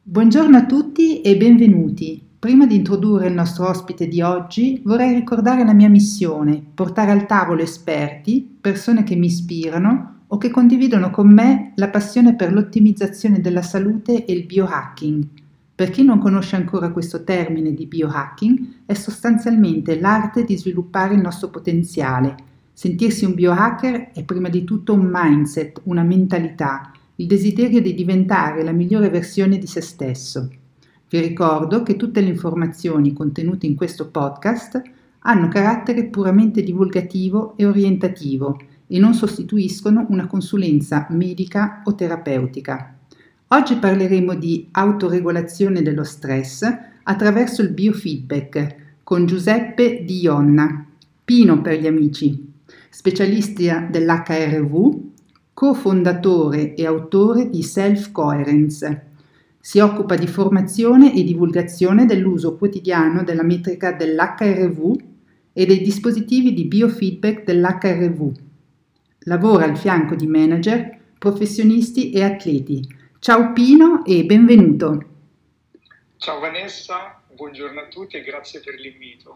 Buongiorno a tutti e benvenuti. Prima di introdurre il nostro ospite di oggi, vorrei ricordare la mia missione: portare al tavolo esperti, persone che mi ispirano o che condividono con me la passione per l'ottimizzazione della salute e il biohacking. Per chi non conosce ancora questo termine di biohacking, è sostanzialmente l'arte di sviluppare il nostro potenziale. Sentirsi un biohacker è prima di tutto un mindset, una mentalità, il desiderio di diventare la migliore versione di se stesso. Vi ricordo che tutte le informazioni contenute in questo podcast hanno carattere puramente divulgativo e orientativo e non sostituiscono una consulenza medica o terapeutica. Oggi parleremo di autoregolazione dello stress attraverso il biofeedback con Giuseppe Di Ionna, Pino per gli amici, specialista dell'HRV, cofondatore e autore di Self Coherence. Si occupa di formazione e divulgazione dell'uso quotidiano della metrica dell'HRV e dei dispositivi di biofeedback dell'HRV. Lavora al fianco di manager, professionisti e atleti. Ciao Pino e benvenuto. Ciao Vanessa, buongiorno a tutti e grazie per l'invito.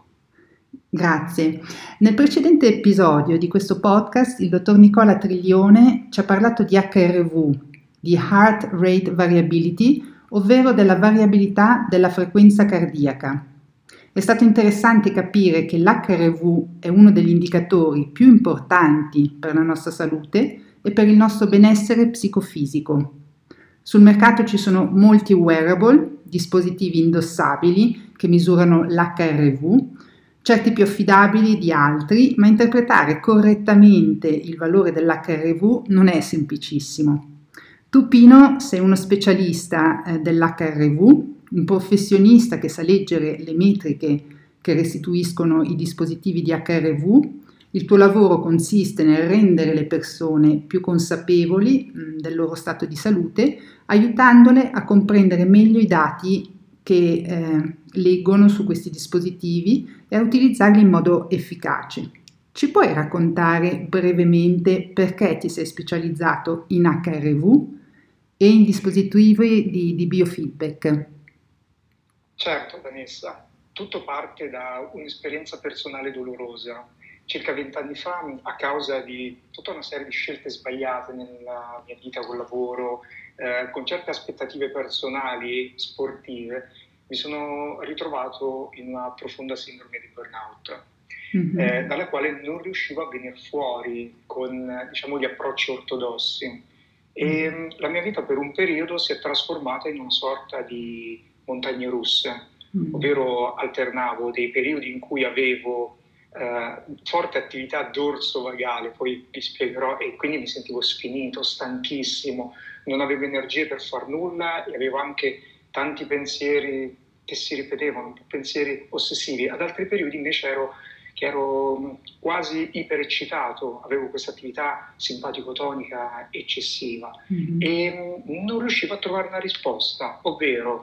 Grazie. Nel precedente episodio di questo podcast il dottor Nicola Triglione ci ha parlato di HRV, di Heart Rate Variability, ovvero della variabilità della frequenza cardiaca. È stato interessante capire che l'HRV è uno degli indicatori più importanti per la nostra salute e per il nostro benessere psicofisico. Sul mercato ci sono molti wearable, dispositivi indossabili che misurano l'HRV, certi più affidabili di altri, ma interpretare correttamente il valore dell'HRV non è semplicissimo. Tu, Pino, sei uno specialista dell'HRV, un professionista che sa leggere le metriche che restituiscono i dispositivi di HRV. Il tuo lavoro consiste nel rendere le persone più consapevoli del loro stato di salute, aiutandole a comprendere meglio i dati che leggono su questi dispositivi e a utilizzarli in modo efficace. Ci puoi raccontare brevemente perché ti sei specializzato in HRV e in dispositivi di biofeedback? Certo Vanessa, tutto parte da un'esperienza personale dolorosa. Circa 20 anni fa, a causa di tutta una serie di scelte sbagliate nella mia vita col lavoro, con certe aspettative personali, sportive, mi sono ritrovato in una profonda sindrome di burnout. Dalla quale non riuscivo a venire fuori con, diciamo, gli approcci ortodossi. E la mia vita per un periodo si è trasformata in una sorta di montagne russe, ovvero alternavo dei periodi in cui avevo forte attività dorso-vagale, poi vi spiegherò, e quindi mi sentivo sfinito, stanchissimo, non avevo energie per far nulla e avevo anche tanti pensieri che si ripetevano, pensieri ossessivi. Ad altri periodi invece ero quasi ipereccitato, avevo questa attività simpatico-tonica eccessiva e non riuscivo a trovare una risposta, ovvero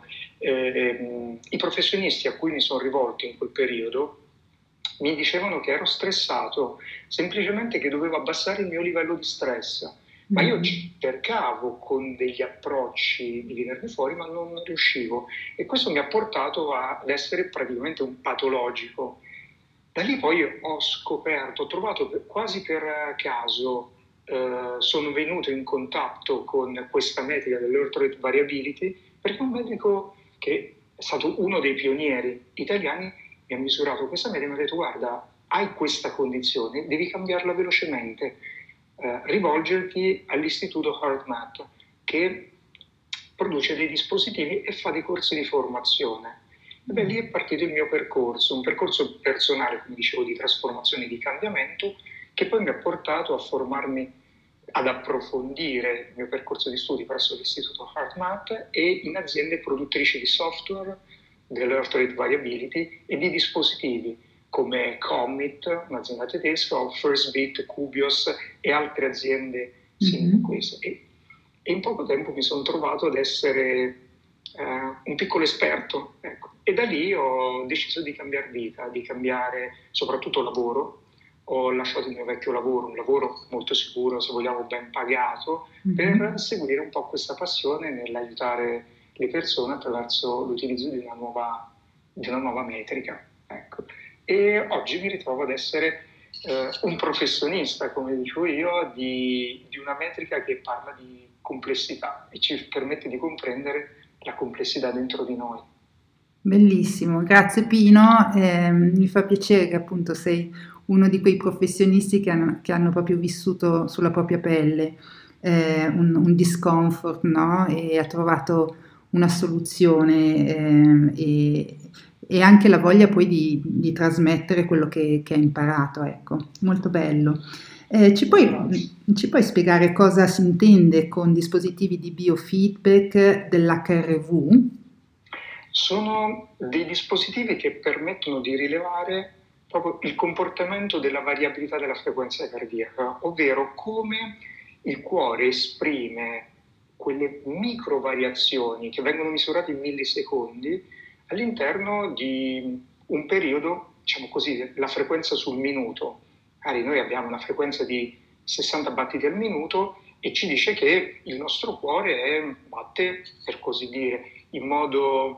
i professionisti a cui mi sono rivolto in quel periodo mi dicevano che ero stressato, semplicemente che dovevo abbassare il mio livello di stress. Ma io cercavo con degli approcci di venirne fuori, ma non riuscivo. E questo mi ha portato ad essere praticamente un patologico. Da lì poi ho scoperto, ho trovato quasi per caso, sono venuto in contatto con questa metrica dell'Heart Rate Variability, perché un medico che è stato uno dei pionieri italiani mi ha misurato questa media e mi ha detto: guarda, hai questa condizione, devi cambiarla velocemente, rivolgerti all'istituto HeartMath che produce dei dispositivi e fa dei corsi di formazione. E beh, lì è partito il mio percorso, un percorso personale, come dicevo, di trasformazione e di cambiamento, che poi mi ha portato a formarmi, ad approfondire il mio percorso di studi presso l'istituto HeartMath e in aziende produttrici di software dell'Heart Rate Variability e di dispositivi come Commit, un'azienda tedesca, o FirstBeat, Cubios e altre aziende simili a queste. E in poco tempo mi sono trovato ad essere un piccolo esperto, ecco. E da lì ho deciso di cambiare vita, di cambiare soprattutto lavoro. Ho lasciato il mio vecchio lavoro, un lavoro molto sicuro, se vogliamo ben pagato, per seguire un po' questa passione nell'aiutare le persone attraverso l'utilizzo di una nuova metrica. Ecco. E oggi mi ritrovo ad essere un professionista, come dico io, di una metrica che parla di complessità e ci permette di comprendere la complessità dentro di noi. Bellissimo, grazie Pino. Mi fa piacere che appunto sei uno di quei professionisti che hanno proprio vissuto sulla propria pelle un discomfort, no? E ha trovato una soluzione e anche la voglia poi di trasmettere quello che ha imparato, ecco, molto bello. Ci puoi spiegare cosa si intende con dispositivi di biofeedback dell'HRV? Sono dei dispositivi che permettono di rilevare proprio il comportamento della variabilità della frequenza cardiaca, ovvero come il cuore esprime quelle micro variazioni che vengono misurate in millisecondi all'interno di un periodo, diciamo così, la frequenza sul minuto. Noi abbiamo una frequenza di 60 battiti al minuto e ci dice che il nostro cuore batte, per così dire, in modo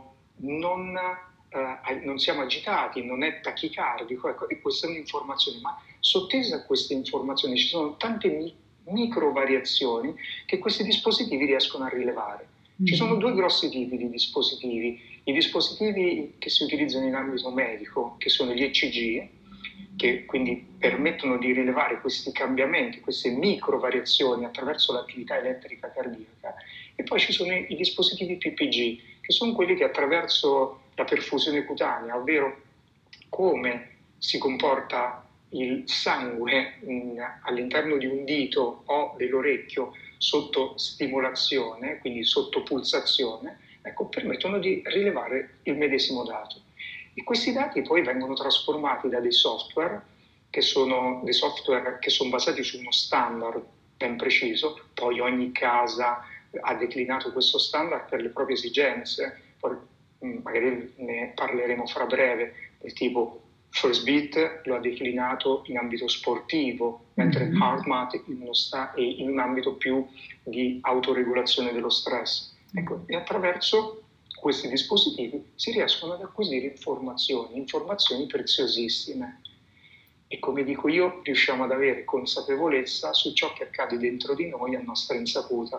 non siamo agitati, non è tachicardico, ecco, e questa è un'informazione, ma sottesa a queste informazioni ci sono tante micro variazioni che questi dispositivi riescono a rilevare. Ci sono due grossi tipi di dispositivi: i dispositivi che si utilizzano in ambito medico, che sono gli ECG, che quindi permettono di rilevare questi cambiamenti, queste micro variazioni attraverso l'attività elettrica cardiaca, e poi ci sono i dispositivi PPG, che sono quelli che attraverso la perfusione cutanea, ovvero come si comporta il sangue all'interno di un dito o dell'orecchio sotto stimolazione, quindi sotto pulsazione, ecco, permettono di rilevare il medesimo dato. E questi dati poi vengono trasformati da dei software che sono basati su uno standard ben preciso. Poi ogni casa ha declinato questo standard per le proprie esigenze, poi magari ne parleremo fra breve, del tipo First Beat lo ha declinato in ambito sportivo, mentre HeartMath in un ambito più di autoregolazione dello stress. Ecco, e attraverso questi dispositivi si riescono ad acquisire informazioni preziosissime. E come dico io, riusciamo ad avere consapevolezza su ciò che accade dentro di noi a nostra insaputa.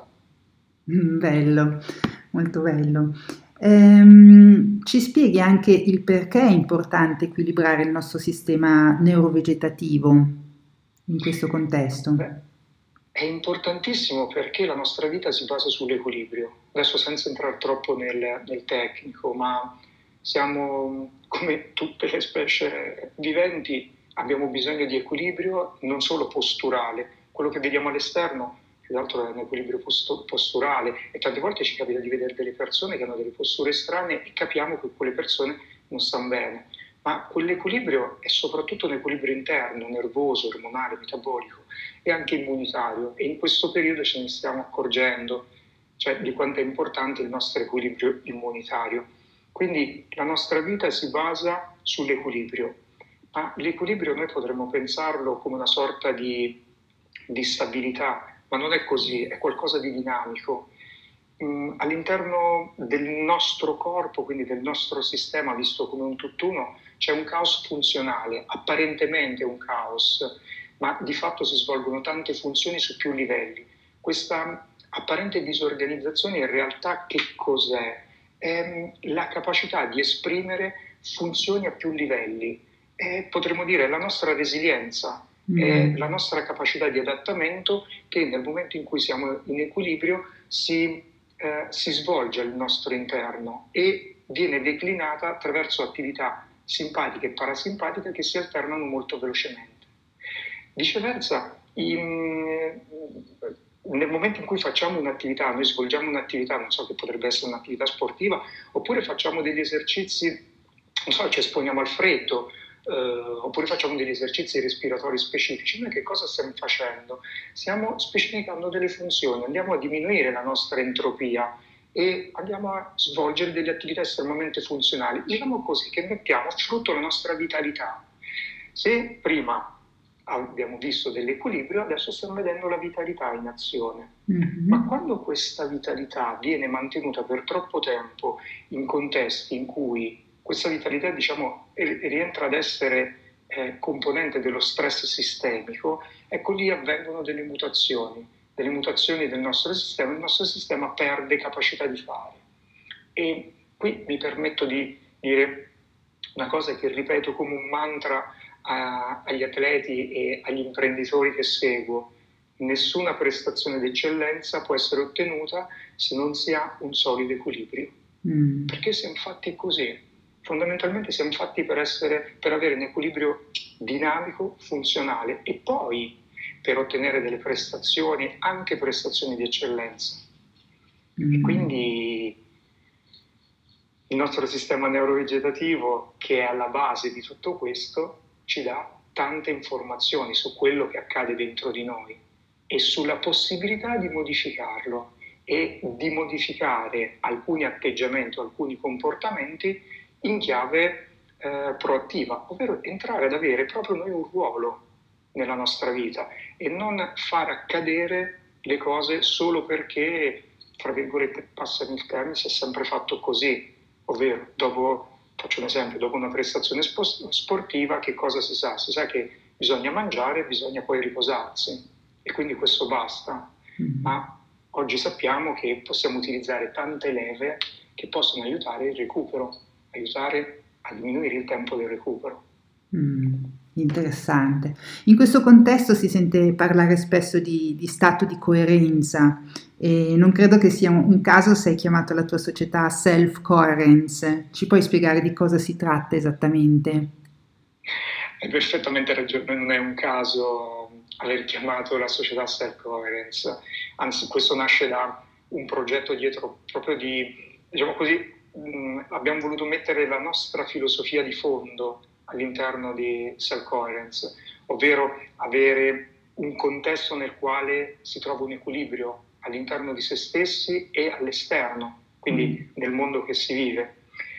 Bello, molto bello. Ci spieghi anche il perché è importante equilibrare il nostro sistema neurovegetativo in questo contesto? Beh, è importantissimo perché la nostra vita si basa sull'equilibrio. Adesso senza entrare troppo nel tecnico, ma siamo come tutte le specie viventi, abbiamo bisogno di equilibrio non solo posturale. Quello che vediamo all'esterno più che altro è un equilibrio posturale, e tante volte ci capita di vedere delle persone che hanno delle posture strane e capiamo che quelle persone non stanno bene. Ma quell'equilibrio è soprattutto un equilibrio interno, nervoso, ormonale, metabolico e anche immunitario, e in questo periodo ce ne stiamo accorgendo, cioè di quanto è importante il nostro equilibrio immunitario. Quindi la nostra vita si basa sull'equilibrio, ma l'equilibrio noi potremmo pensarlo come una sorta di stabilità, ma non è così, è qualcosa di dinamico. All'interno del nostro corpo, quindi del nostro sistema visto come un tutt'uno, c'è un caos funzionale, apparentemente un caos, ma di fatto si svolgono tante funzioni su più livelli. Questa apparente disorganizzazione in realtà che cos'è? È la capacità di esprimere funzioni a più livelli. Potremmo dire la nostra resilienza, è la nostra capacità di adattamento che nel momento in cui siamo in equilibrio si svolge al nostro interno e viene declinata attraverso attività simpatiche e parasimpatiche che si alternano molto velocemente. Viceversa, nel momento in cui facciamo un'attività, noi svolgiamo un'attività, non so, che potrebbe essere un'attività sportiva, oppure facciamo degli esercizi, non so, ci esponiamo al freddo, oppure facciamo degli esercizi respiratori specifici, noi che cosa stiamo facendo? Stiamo specificando delle funzioni, andiamo a diminuire la nostra entropia e andiamo a svolgere delle attività estremamente funzionali, diciamo così, che mettiamo a frutto la nostra vitalità. Se prima abbiamo visto dell'equilibrio, adesso stiamo vedendo la vitalità in azione. Ma Mhm. quando questa vitalità viene mantenuta per troppo tempo in contesti in cui questa vitalità, diciamo, rientra ad essere componente dello stress sistemico, ecco lì avvengono delle mutazioni del nostro sistema, il nostro sistema perde capacità di fare. E qui mi permetto di dire una cosa che ripeto come un mantra agli atleti e agli imprenditori che seguo: nessuna prestazione d'eccellenza può essere ottenuta se non si ha un solido equilibrio. Mm. Perché siamo fatti così. Fondamentalmente siamo fatti per avere un equilibrio dinamico, funzionale e poi per ottenere delle prestazioni, anche prestazioni di eccellenza. E Mm. quindi il nostro sistema neurovegetativo, che è alla base di tutto questo, ci dà tante informazioni su quello che accade dentro di noi e sulla possibilità di modificarlo e di modificare alcuni atteggiamenti, alcuni comportamenti in chiave proattiva, ovvero entrare ad avere proprio noi un ruolo nella nostra vita e non far accadere le cose solo perché, tra virgolette, passami il termine, si è sempre fatto così, ovvero dopo, faccio un esempio, dopo una prestazione sportiva che cosa si sa? Si sa che bisogna mangiare, bisogna poi riposarsi e quindi questo basta, Mm. ma oggi sappiamo che possiamo utilizzare tante leve che possono aiutare il recupero, aiutare a diminuire il tempo del recupero. Mm, interessante. In questo contesto si sente parlare spesso di stato di coerenza e non credo che sia un caso se hai chiamato la tua società Self-Coherence. Ci puoi spiegare di cosa si tratta esattamente? Hai perfettamente ragione, non è un caso aver chiamato la società Self-Coherence, anzi questo nasce da un progetto dietro proprio di, diciamo così, abbiamo voluto mettere la nostra filosofia di fondo all'interno di Self-Coherence, ovvero avere un contesto nel quale si trova un equilibrio all'interno di se stessi e all'esterno, Mm. quindi nel mondo che si vive.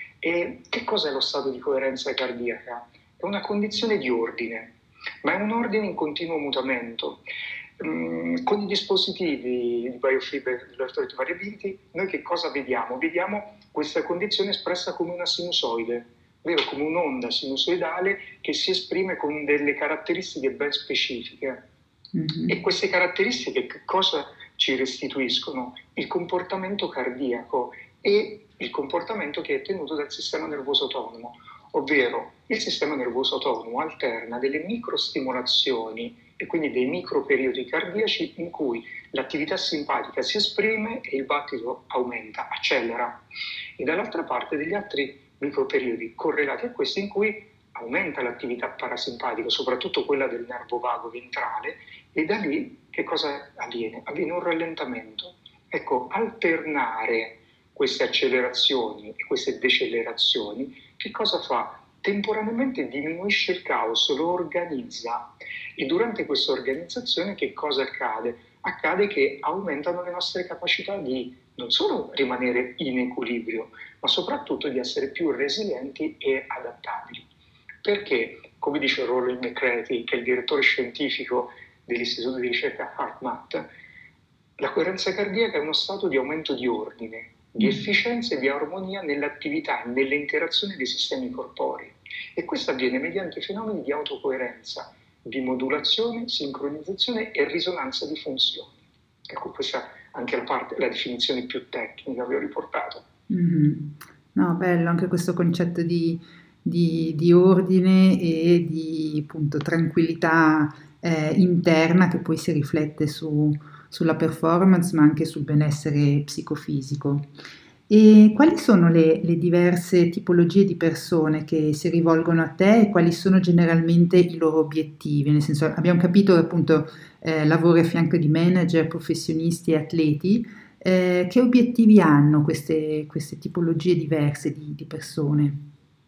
E che cos'è lo stato di coerenza cardiaca? È una condizione di ordine, ma è un ordine in continuo mutamento. Con i dispositivi di biofeedback dell'Earth Variability, noi che cosa vediamo? Vediamo questa condizione espressa come una sinusoide, ovvero come un'onda sinusoidale che si esprime con delle caratteristiche ben specifiche. E Mhm. queste caratteristiche che cosa ci restituiscono? Il comportamento cardiaco e il comportamento che è tenuto dal sistema nervoso autonomo, ovvero il sistema nervoso autonomo alterna delle microstimolazioni e quindi dei microperiodi cardiaci in cui l'attività simpatica si esprime e il battito aumenta, accelera, e dall'altra parte degli altri microperiodi correlati a questi in cui aumenta l'attività parasimpatica, soprattutto quella del nervo vago ventrale, e da lì che cosa avviene? Avviene un rallentamento. Ecco, alternare queste accelerazioni e queste decelerazioni, che cosa fa? Temporaneamente diminuisce il caos, lo organizza e durante questa organizzazione che cosa accade? Accade che aumentano le nostre capacità di non solo rimanere in equilibrio, ma soprattutto di essere più resilienti e adattabili. Perché, come dice Roland McCready, che è il direttore scientifico dell'Istituto di ricerca HeartMath, la coerenza cardiaca è uno stato di aumento di ordine, di Mm. efficienza e di armonia nell'attività e nelle interazioni dei sistemi corporei. E questo avviene mediante fenomeni di autocoerenza, di modulazione, sincronizzazione e risonanza di funzioni. Ecco, questa è anche la definizione più tecnica che ho riportato. Mhm. No, bello anche questo concetto di ordine e di appunto tranquillità interna che poi si riflette sulla performance ma anche sul benessere psicofisico. E quali sono le diverse tipologie di persone che si rivolgono a te e quali sono generalmente i loro obiettivi? Nel senso, abbiamo capito che appunto lavori a fianco di manager, professionisti e atleti. Che obiettivi hanno queste tipologie diverse di persone?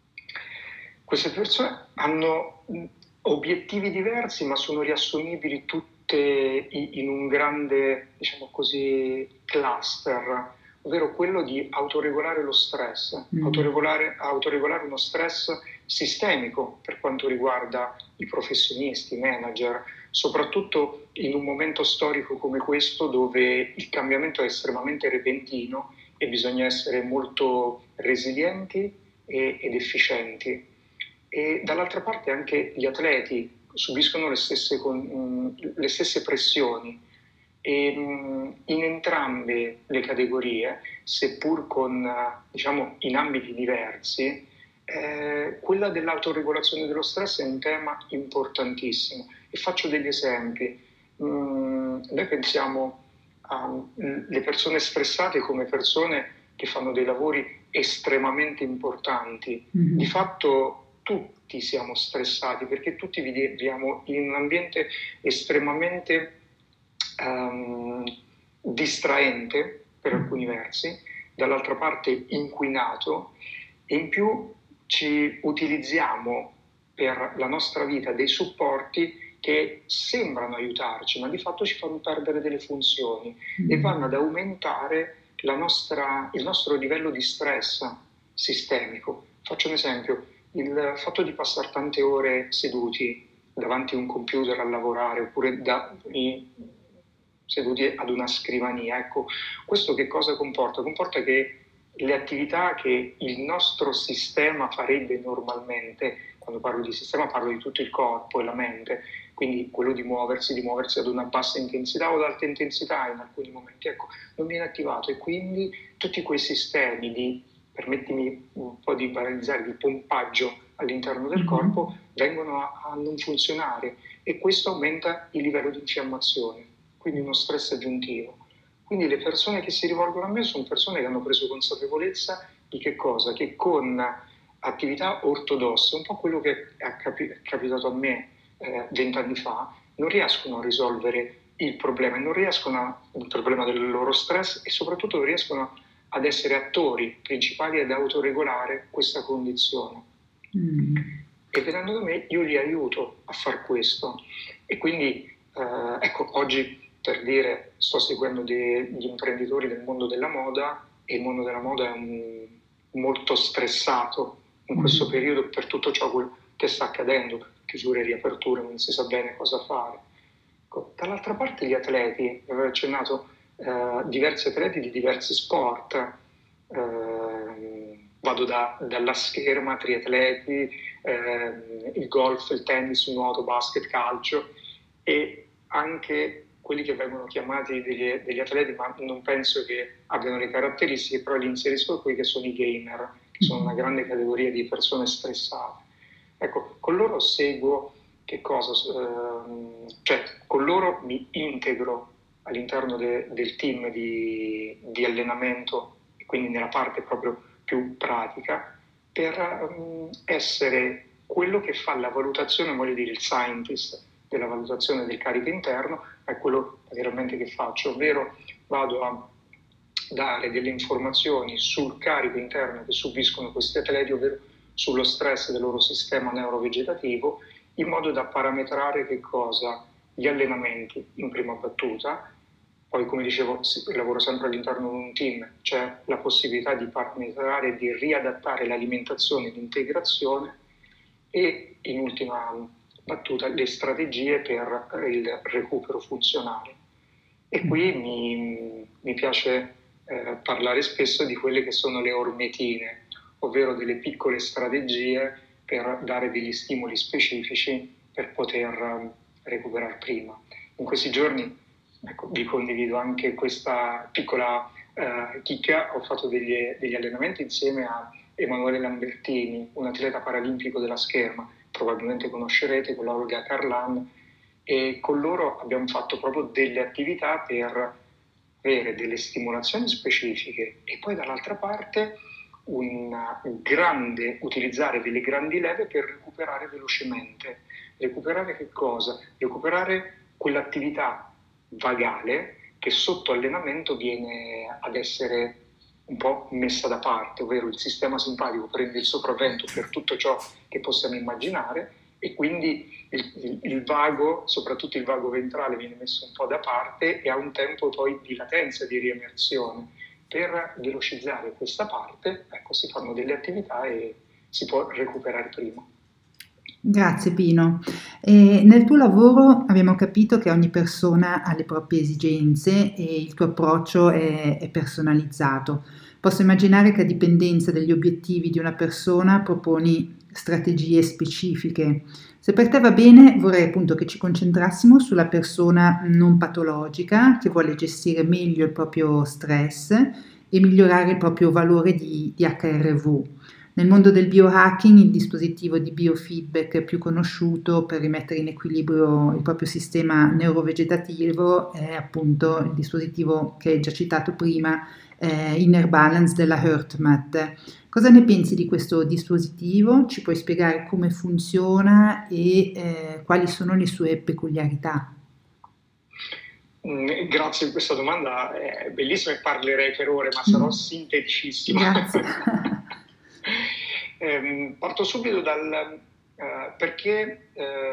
Queste persone hanno obiettivi diversi, ma sono riassumibili tutte in un grande, diciamo così, cluster, ovvero quello di autoregolare lo stress, autoregolare uno stress sistemico per quanto riguarda i professionisti, i manager, soprattutto in un momento storico come questo dove il cambiamento è estremamente repentino e bisogna essere molto resilienti ed efficienti. E dall'altra parte anche gli atleti subiscono le stesse pressioni e in entrambe le categorie, seppur con diciamo in ambiti diversi, quella dell'autoregolazione dello stress è un tema importantissimo e faccio degli esempi. Noi pensiamo alle persone stressate come persone che fanno dei lavori estremamente importanti. Di fatto tutti siamo stressati perché tutti viviamo in un ambiente estremamente distraente per alcuni versi, dall'altra parte inquinato, e in più ci utilizziamo per la nostra vita dei supporti che sembrano aiutarci, ma di fatto ci fanno perdere delle funzioni e vanno ad aumentare il nostro livello di stress sistemico. Faccio un esempio: il fatto di passare tante ore seduti davanti a un computer a lavorare oppure seduti ad una scrivania, ecco, questo che cosa comporta? Comporta che le attività che il nostro sistema farebbe normalmente, quando parlo di sistema parlo di tutto il corpo e la mente, quindi quello di muoversi ad una bassa intensità o ad alta intensità in alcuni momenti, ecco, non viene attivato e quindi tutti quei sistemi di, permettimi un po' di banalizzare, di pompaggio all'interno del corpo vengono a non funzionare e questo aumenta il livello di infiammazione, quindi uno stress aggiuntivo. Quindi le persone che si rivolgono a me sono persone che hanno preso consapevolezza di che cosa? Che con attività ortodosse, un po' quello che è capitato a me 20 anni fa, non riescono a risolvere il problema, il problema del loro stress e soprattutto non riescono ad essere attori principali ad autoregolare questa condizione. E venendo da me io li aiuto a far questo. E quindi ecco, oggi per dire sto seguendo degli imprenditori del mondo della moda e il mondo della moda è molto stressato in questo periodo per tutto ciò che sta accadendo, chiusure e riaperture, non si sa bene cosa fare. Ecco, dall'altra parte gli atleti, avevo accennato diversi atleti di diversi sport, vado dalla scherma, triatleti, il golf, il tennis, il nuoto, basket, calcio e anche quelli che vengono chiamati degli atleti, ma non penso che abbiano le caratteristiche, però li inserisco qui, che sono i gamer, che sono una grande categoria di persone stressate. Ecco, con loro seguo che cosa? Cioè, con loro mi integro all'interno del team di allenamento, e quindi nella parte proprio più pratica, per essere quello che fa la valutazione, voglio dire il scientist della valutazione del carico interno, è quello veramente che faccio, ovvero vado a dare delle informazioni sul carico interno che subiscono questi atleti, ovvero sullo stress del loro sistema neurovegetativo, in modo da parametrare che cosa? Gli allenamenti in prima battuta. Poi, come dicevo, lavoro sempre all'interno di un team, c'è la possibilità di parametrare e di riadattare l'alimentazione e l'integrazione e, in ultima battuta, le strategie per il recupero funzionale. E qui mi piace parlare spesso di quelle che sono le ormetine, ovvero delle piccole strategie per dare degli stimoli specifici per poter recuperare prima. In questi giorni, ecco, vi condivido anche questa piccola chicca. Ho fatto degli allenamenti insieme a Emanuele Lambertini, un atleta paralimpico della scherma, probabilmente conoscerete, con Olga Carlan, e con loro abbiamo fatto proprio delle attività per avere delle stimolazioni specifiche e poi dall'altra parte utilizzare delle grandi leve per recuperare velocemente. Recuperare che cosa? Recuperare quell'attività vagale che sotto allenamento viene ad essere un po' messa da parte, ovvero il sistema simpatico prende il sopravvento per tutto ciò che possiamo immaginare e quindi il vago, soprattutto il vago ventrale, viene messo un po' da parte e ha un tempo poi di latenza, di riemersione. per velocizzare questa parte, ecco, si fanno delle attività e si può recuperare prima. Grazie Pino. Nel tuo lavoro abbiamo capito che ogni persona ha le proprie esigenze e il tuo approccio è personalizzato. Posso immaginare che a dipendenza degli obiettivi di una persona proponi strategie specifiche. Se per te va bene, vorrei appunto che ci concentrassimo sulla persona non patologica che vuole gestire meglio il proprio stress e migliorare il proprio valore di HRV. Nel mondo del biohacking, il dispositivo di biofeedback più conosciuto per rimettere in equilibrio il proprio sistema neurovegetativo è appunto il dispositivo che hai già citato prima, Inner Balance della HeartMath. Cosa ne pensi di questo dispositivo? Ci puoi spiegare come funziona e quali sono le sue peculiarità? Grazie per questa domanda, è bellissima e parlerei per ore, ma sarò Mm. sinteticissimo. Grazie. Parto subito dal perché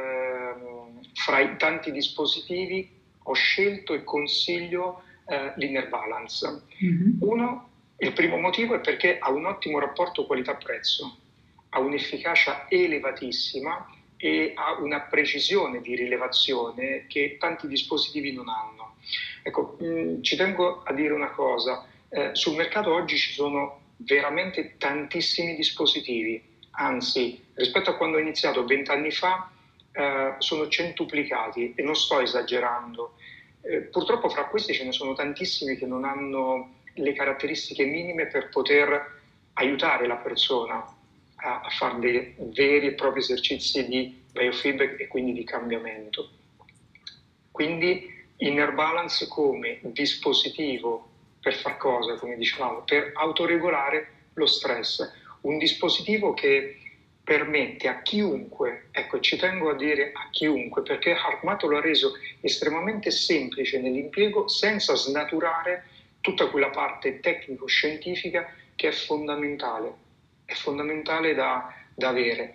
fra i tanti dispositivi ho scelto e consiglio l'Inner Balance. Uno, il primo motivo è perché ha un ottimo rapporto qualità-prezzo, ha un'efficacia elevatissima e ha una precisione di rilevazione che tanti dispositivi non hanno. Ecco, ci tengo a dire una cosa, sul mercato oggi ci sono veramente tantissimi dispositivi, anzi rispetto a quando ho iniziato 20 anni fa sono centuplicati e non sto esagerando. Purtroppo fra questi ce ne sono tantissimi che non hanno le caratteristiche minime per poter aiutare la persona a fare dei veri e propri esercizi di biofeedback e quindi di cambiamento. Quindi Inner Balance come dispositivo per far cosa, come dicevamo, per autoregolare lo stress. Un dispositivo che permette a chiunque, ecco, ci tengo a dire a chiunque, perché HeartMath lo ha reso estremamente semplice nell'impiego senza snaturare tutta quella parte tecnico-scientifica che è fondamentale da avere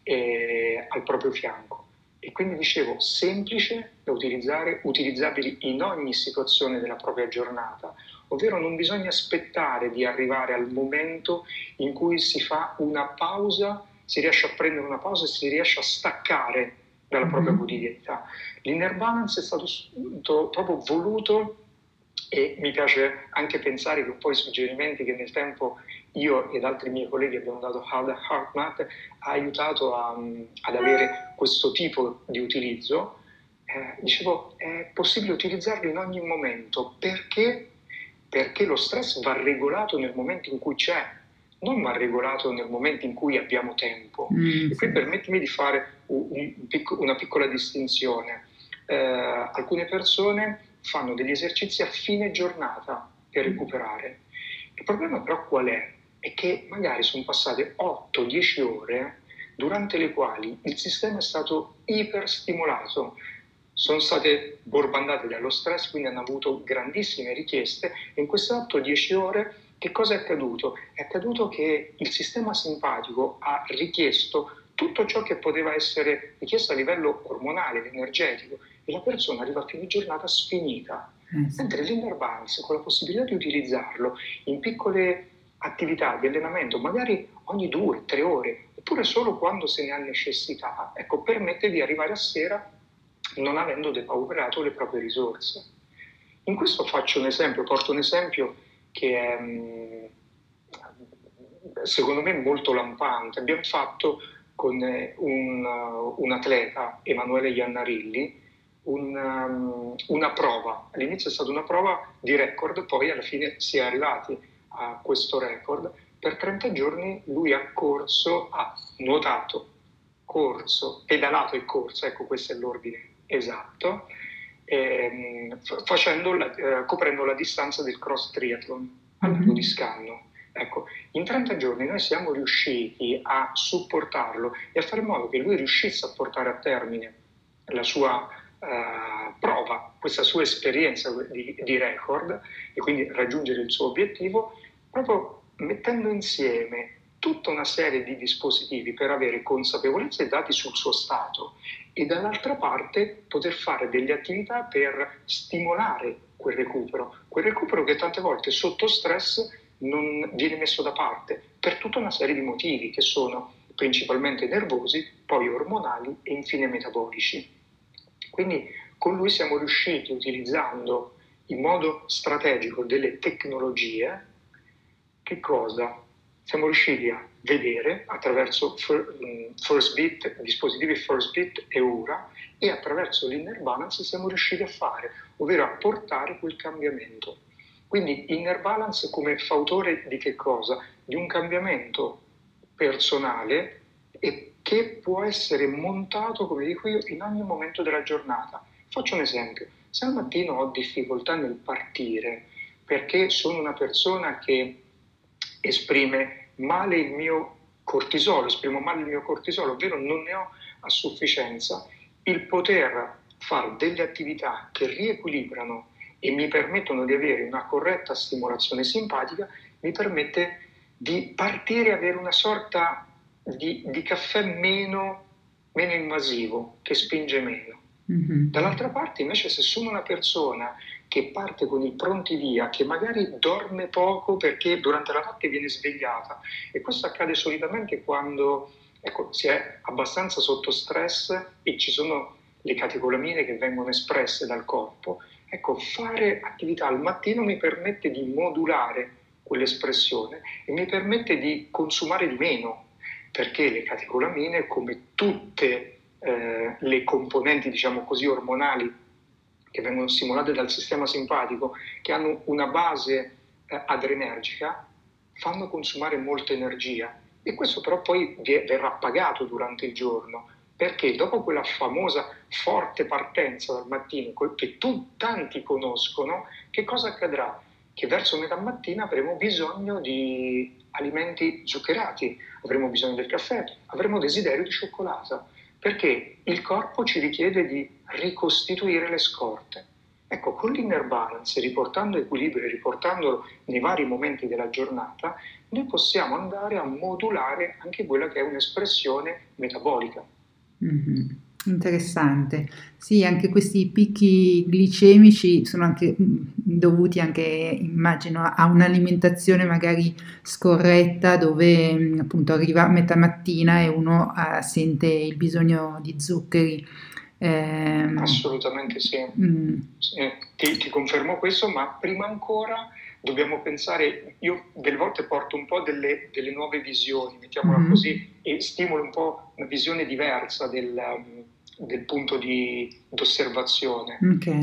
al proprio fianco. E quindi dicevo, semplice da utilizzare, utilizzabili in ogni situazione della propria giornata, ovvero non bisogna aspettare di arrivare al momento in cui si fa una pausa, si riesce a prendere una pausa e si riesce a staccare dalla propria quotidianità. L'Inner Balance è stato proprio voluto e mi piace anche pensare che un po' i suggerimenti che nel tempo io ed altri miei colleghi abbiamo dato ad HeartMath ha aiutato ad avere questo tipo di utilizzo. Dicevo, è possibile utilizzarlo in ogni momento perché lo stress va regolato nel momento in cui c'è, non va regolato nel momento in cui abbiamo tempo. E qui permettimi di fare una piccola distinzione. Alcune persone fanno degli esercizi a fine giornata per recuperare. Il problema però qual è? È che magari sono passate 8-10 ore durante le quali il sistema è stato iperstimolato, sono state borbandate dallo stress, quindi hanno avuto grandissime richieste e in queste 8-10 ore che cosa è accaduto? È accaduto che il sistema simpatico ha richiesto tutto ciò che poteva essere richiesto a livello ormonale, energetico, e la persona arriva a fine giornata sfinita. Mentre l'Inner Balance, con la possibilità di utilizzarlo in piccole attività di allenamento, magari ogni 2-3 ore, oppure solo quando se ne ha necessità, ecco, permette di arrivare a sera non avendo depauperato le proprie risorse. In questo faccio un esempio, porto un esempio che è secondo me molto lampante. Abbiamo fatto con un atleta, Emanuele Iannarilli, una prova. All'inizio è stata una prova di record, poi alla fine si è arrivati a questo record. Per 30 giorni lui ha corso, ha nuotato, corso, pedalato e corso, ecco questo è l'ordine esatto, coprendo la distanza del cross triathlon al lago di Scanno. Ecco, in 30 giorni noi siamo riusciti a supportarlo e a fare in modo che lui riuscisse a portare a termine la sua prova, questa sua esperienza di record e quindi raggiungere il suo obiettivo proprio mettendo insieme tutta una serie di dispositivi per avere consapevolezza e dati sul suo stato e dall'altra parte poter fare delle attività per stimolare quel recupero che tante volte sotto stress non viene messo da parte per tutta una serie di motivi che sono principalmente nervosi, poi ormonali e infine metabolici. Quindi con lui siamo riusciti, utilizzando in modo strategico delle tecnologie, che cosa? Siamo riusciti a vedere attraverso FirstBeat, dispositivi FirstBeat e Ura, e attraverso l'Inner Balance siamo riusciti a fare, ovvero a portare quel cambiamento. Quindi Inner Balance come fautore di che cosa? Di un cambiamento personale e che può essere montato, come dico io, in ogni momento della giornata. Faccio un esempio: se al mattino ho difficoltà nel partire perché sono una persona che esprime male il mio cortisolo, ovvero non ne ho a sufficienza, il poter fare delle attività che riequilibrano e mi permettono di avere una corretta stimolazione simpatica, mi permette di partire e avere una sorta di caffè meno invasivo, che spinge meno. Dall'altra parte invece, se sono una persona che parte con il pronti via, che magari dorme poco perché durante la notte viene svegliata, e questo accade solitamente quando si è abbastanza sotto stress e ci sono le catecolamine che vengono espresse dal corpo, fare attività al mattino mi permette di modulare quell'espressione e mi permette di consumare di meno, perché le catecolamine, come tutte le componenti, diciamo così, ormonali che vengono stimolate dal sistema simpatico, che hanno una base adrenergica, fanno consumare molta energia, e questo però poi verrà pagato durante il giorno, perché dopo quella famosa forte partenza dal mattino, che tanti conoscono, che cosa accadrà? Che verso metà mattina avremo bisogno di alimenti zuccherati, avremo bisogno del caffè, avremo desiderio di cioccolata, perché il corpo ci richiede di ricostituire le scorte. Con l'Inner Balance, riportando equilibrio e riportandolo nei vari momenti della giornata, noi possiamo andare a modulare anche quella che è un'espressione metabolica. Interessante. Sì, anche questi picchi glicemici sono anche dovuti anche, immagino, a un'alimentazione magari scorretta, dove appunto arriva a metà mattina e uno sente il bisogno di zuccheri. Assolutamente sì. Ti confermo questo, ma prima ancora dobbiamo pensare, io delle volte porto un po' delle nuove visioni, mettiamola così, e stimolo un po' una visione diversa del punto di osservazione.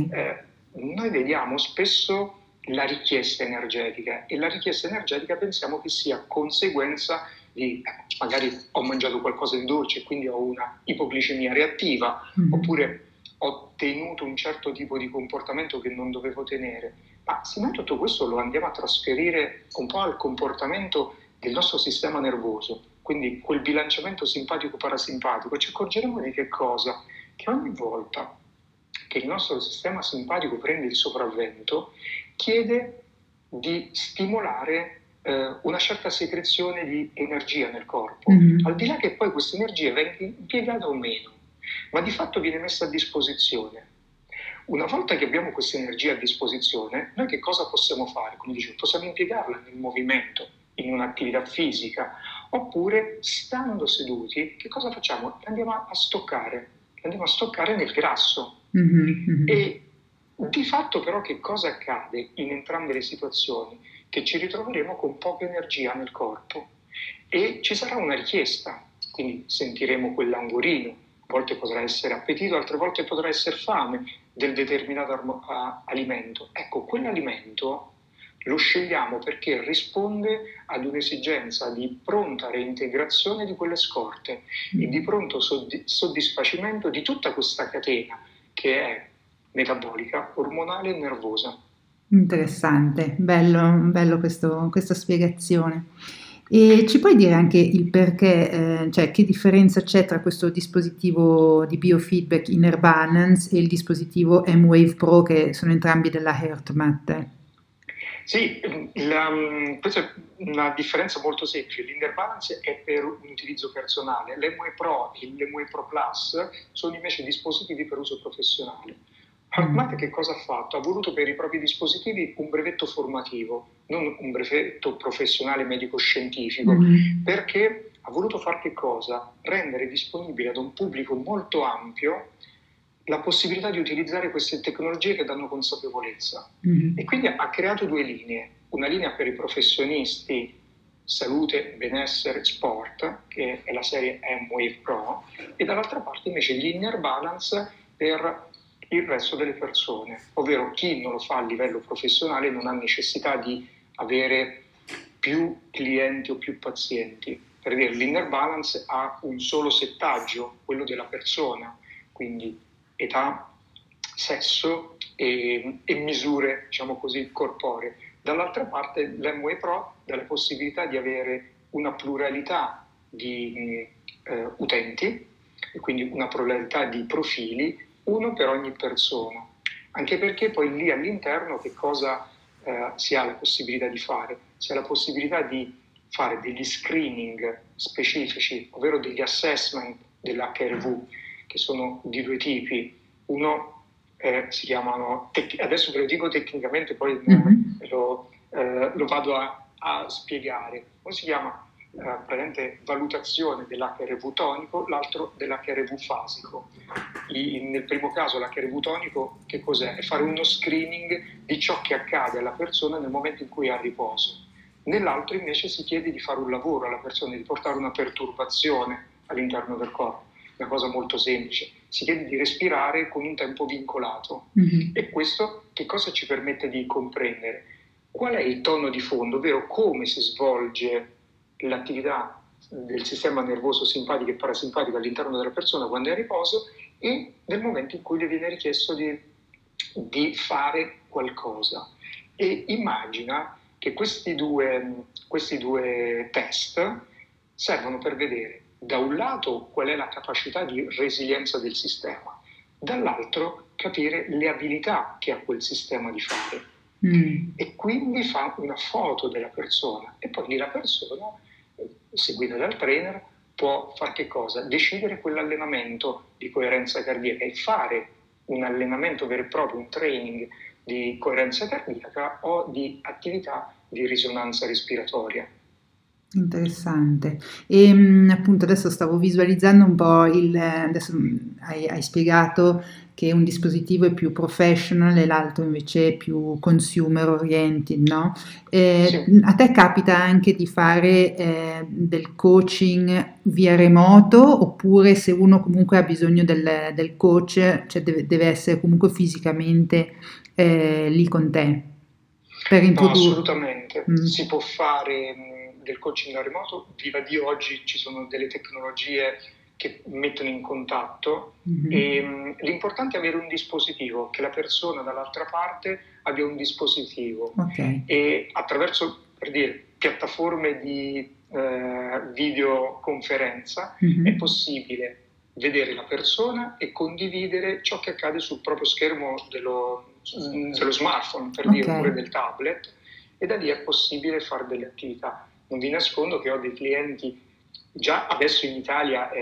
Noi vediamo spesso la richiesta energetica, e la richiesta energetica pensiamo che sia conseguenza di magari ho mangiato qualcosa di dolce e quindi ho una ipoglicemia reattiva, oppure ho tenuto un certo tipo di comportamento che non dovevo tenere. Ma se noi tutto questo lo andiamo a trasferire un po' al comportamento del nostro sistema nervoso, quindi quel bilanciamento simpatico-parasimpatico, ci accorgeremo di che cosa? Che ogni volta che il nostro sistema simpatico prende il sopravvento, chiede di stimolare una certa secrezione di energia nel corpo, al di là che poi questa energia venga impiegata o meno, ma di fatto viene messa a disposizione. Una volta che abbiamo questa energia a disposizione, noi che cosa possiamo fare? Come dicevo, possiamo impiegarla nel movimento, in un'attività fisica, oppure stando seduti, che cosa facciamo? Andiamo a stoccare nel grasso. E di fatto però che cosa accade in entrambe le situazioni? Che ci ritroveremo con poca energia nel corpo e ci sarà una richiesta, quindi sentiremo quell'angorino, a volte potrà essere appetito, altre volte potrà essere fame del determinato alimento. Quell'alimento lo scegliamo perché risponde ad un'esigenza di pronta reintegrazione di quelle scorte e di pronto soddisfacimento di tutta questa catena che è metabolica, ormonale e nervosa. Interessante, bello questa spiegazione. E ci puoi dire anche il perché, cioè che differenza c'è tra questo dispositivo di biofeedback Inner Balance e il dispositivo M-Wave Pro, che sono entrambi della HeartMath? Sì, questa è una differenza molto semplice. L'Inner Balance è per un utilizzo personale, l'M-Wave Pro e l'M-Wave Pro Plus sono invece dispositivi per uso professionale. HeartMath che cosa ha fatto? Ha voluto per i propri dispositivi un brevetto formativo, non un brevetto professionale medico-scientifico, perché ha voluto fare che cosa? Rendere disponibile ad un pubblico molto ampio la possibilità di utilizzare queste tecnologie che danno consapevolezza. E quindi ha creato due linee, una linea per i professionisti salute, benessere, sport, che è la serie M-Wave Pro, e dall'altra parte invece l'Inner Balance per il resto delle persone, ovvero chi non lo fa a livello professionale non ha necessità di avere più clienti o più pazienti. Per dire, l'Inner Balance ha un solo settaggio, quello della persona, quindi età, sesso e misure, diciamo così, corporee. Dall'altra parte l'M-Way Pro dà la possibilità di avere una pluralità di utenti, e quindi una pluralità di profili, uno per ogni persona. Anche perché poi lì all'interno che cosa si ha la possibilità di fare? Si ha la possibilità di fare degli screening specifici, ovvero degli assessment dell'HRV, che sono di due tipi. Uno si chiamano, adesso ve lo dico tecnicamente, poi lo vado a spiegare. Uno si chiama valutazione dell'HRV tonico, l'altro dell'HRV fasico. Nel primo caso l'HRV tonico che cos'è? È fare uno screening di ciò che accade alla persona nel momento in cui è a riposo. Nell'altro invece si chiede di fare un lavoro alla persona, di portare una perturbazione all'interno del corpo, una cosa molto semplice. Si chiede di respirare con un tempo vincolato. E questo che cosa ci permette di comprendere? Qual è il tono di fondo, ovvero come si svolge l'attività del sistema nervoso simpatico e parasimpatico all'interno della persona quando è a riposo e nel momento in cui le viene richiesto di fare qualcosa. E immagina che questi due test servono per vedere da un lato qual è la capacità di resilienza del sistema, dall'altro capire le abilità che ha quel sistema di fare. E quindi fa una foto della persona e poi lì la persona, seguita dal trainer, può fare che cosa? Decidere quell'allenamento di coerenza cardiaca e fare un allenamento vero e proprio, un training di coerenza cardiaca o di attività di risonanza respiratoria. Interessante. E appunto adesso stavo visualizzando un po' adesso hai spiegato che un dispositivo è più professional e l'altro invece è più consumer oriented, no? Sì. A te capita anche di fare del coaching via remoto oppure se uno comunque ha bisogno del coach, cioè deve essere comunque fisicamente lì con te per No, introdurre? assolutamente. Si può fare del coaching da remoto. Viva Dio, oggi ci sono delle tecnologie che mettono in contatto e l'importante è avere un dispositivo, che la persona dall'altra parte abbia un dispositivo e attraverso, per dire, piattaforme di videoconferenza è possibile vedere la persona e condividere ciò che accade sul proprio schermo dello smartphone, per dire, oppure del tablet, e da lì è possibile fare delle attività. Non vi nascondo che ho dei clienti, già adesso in Italia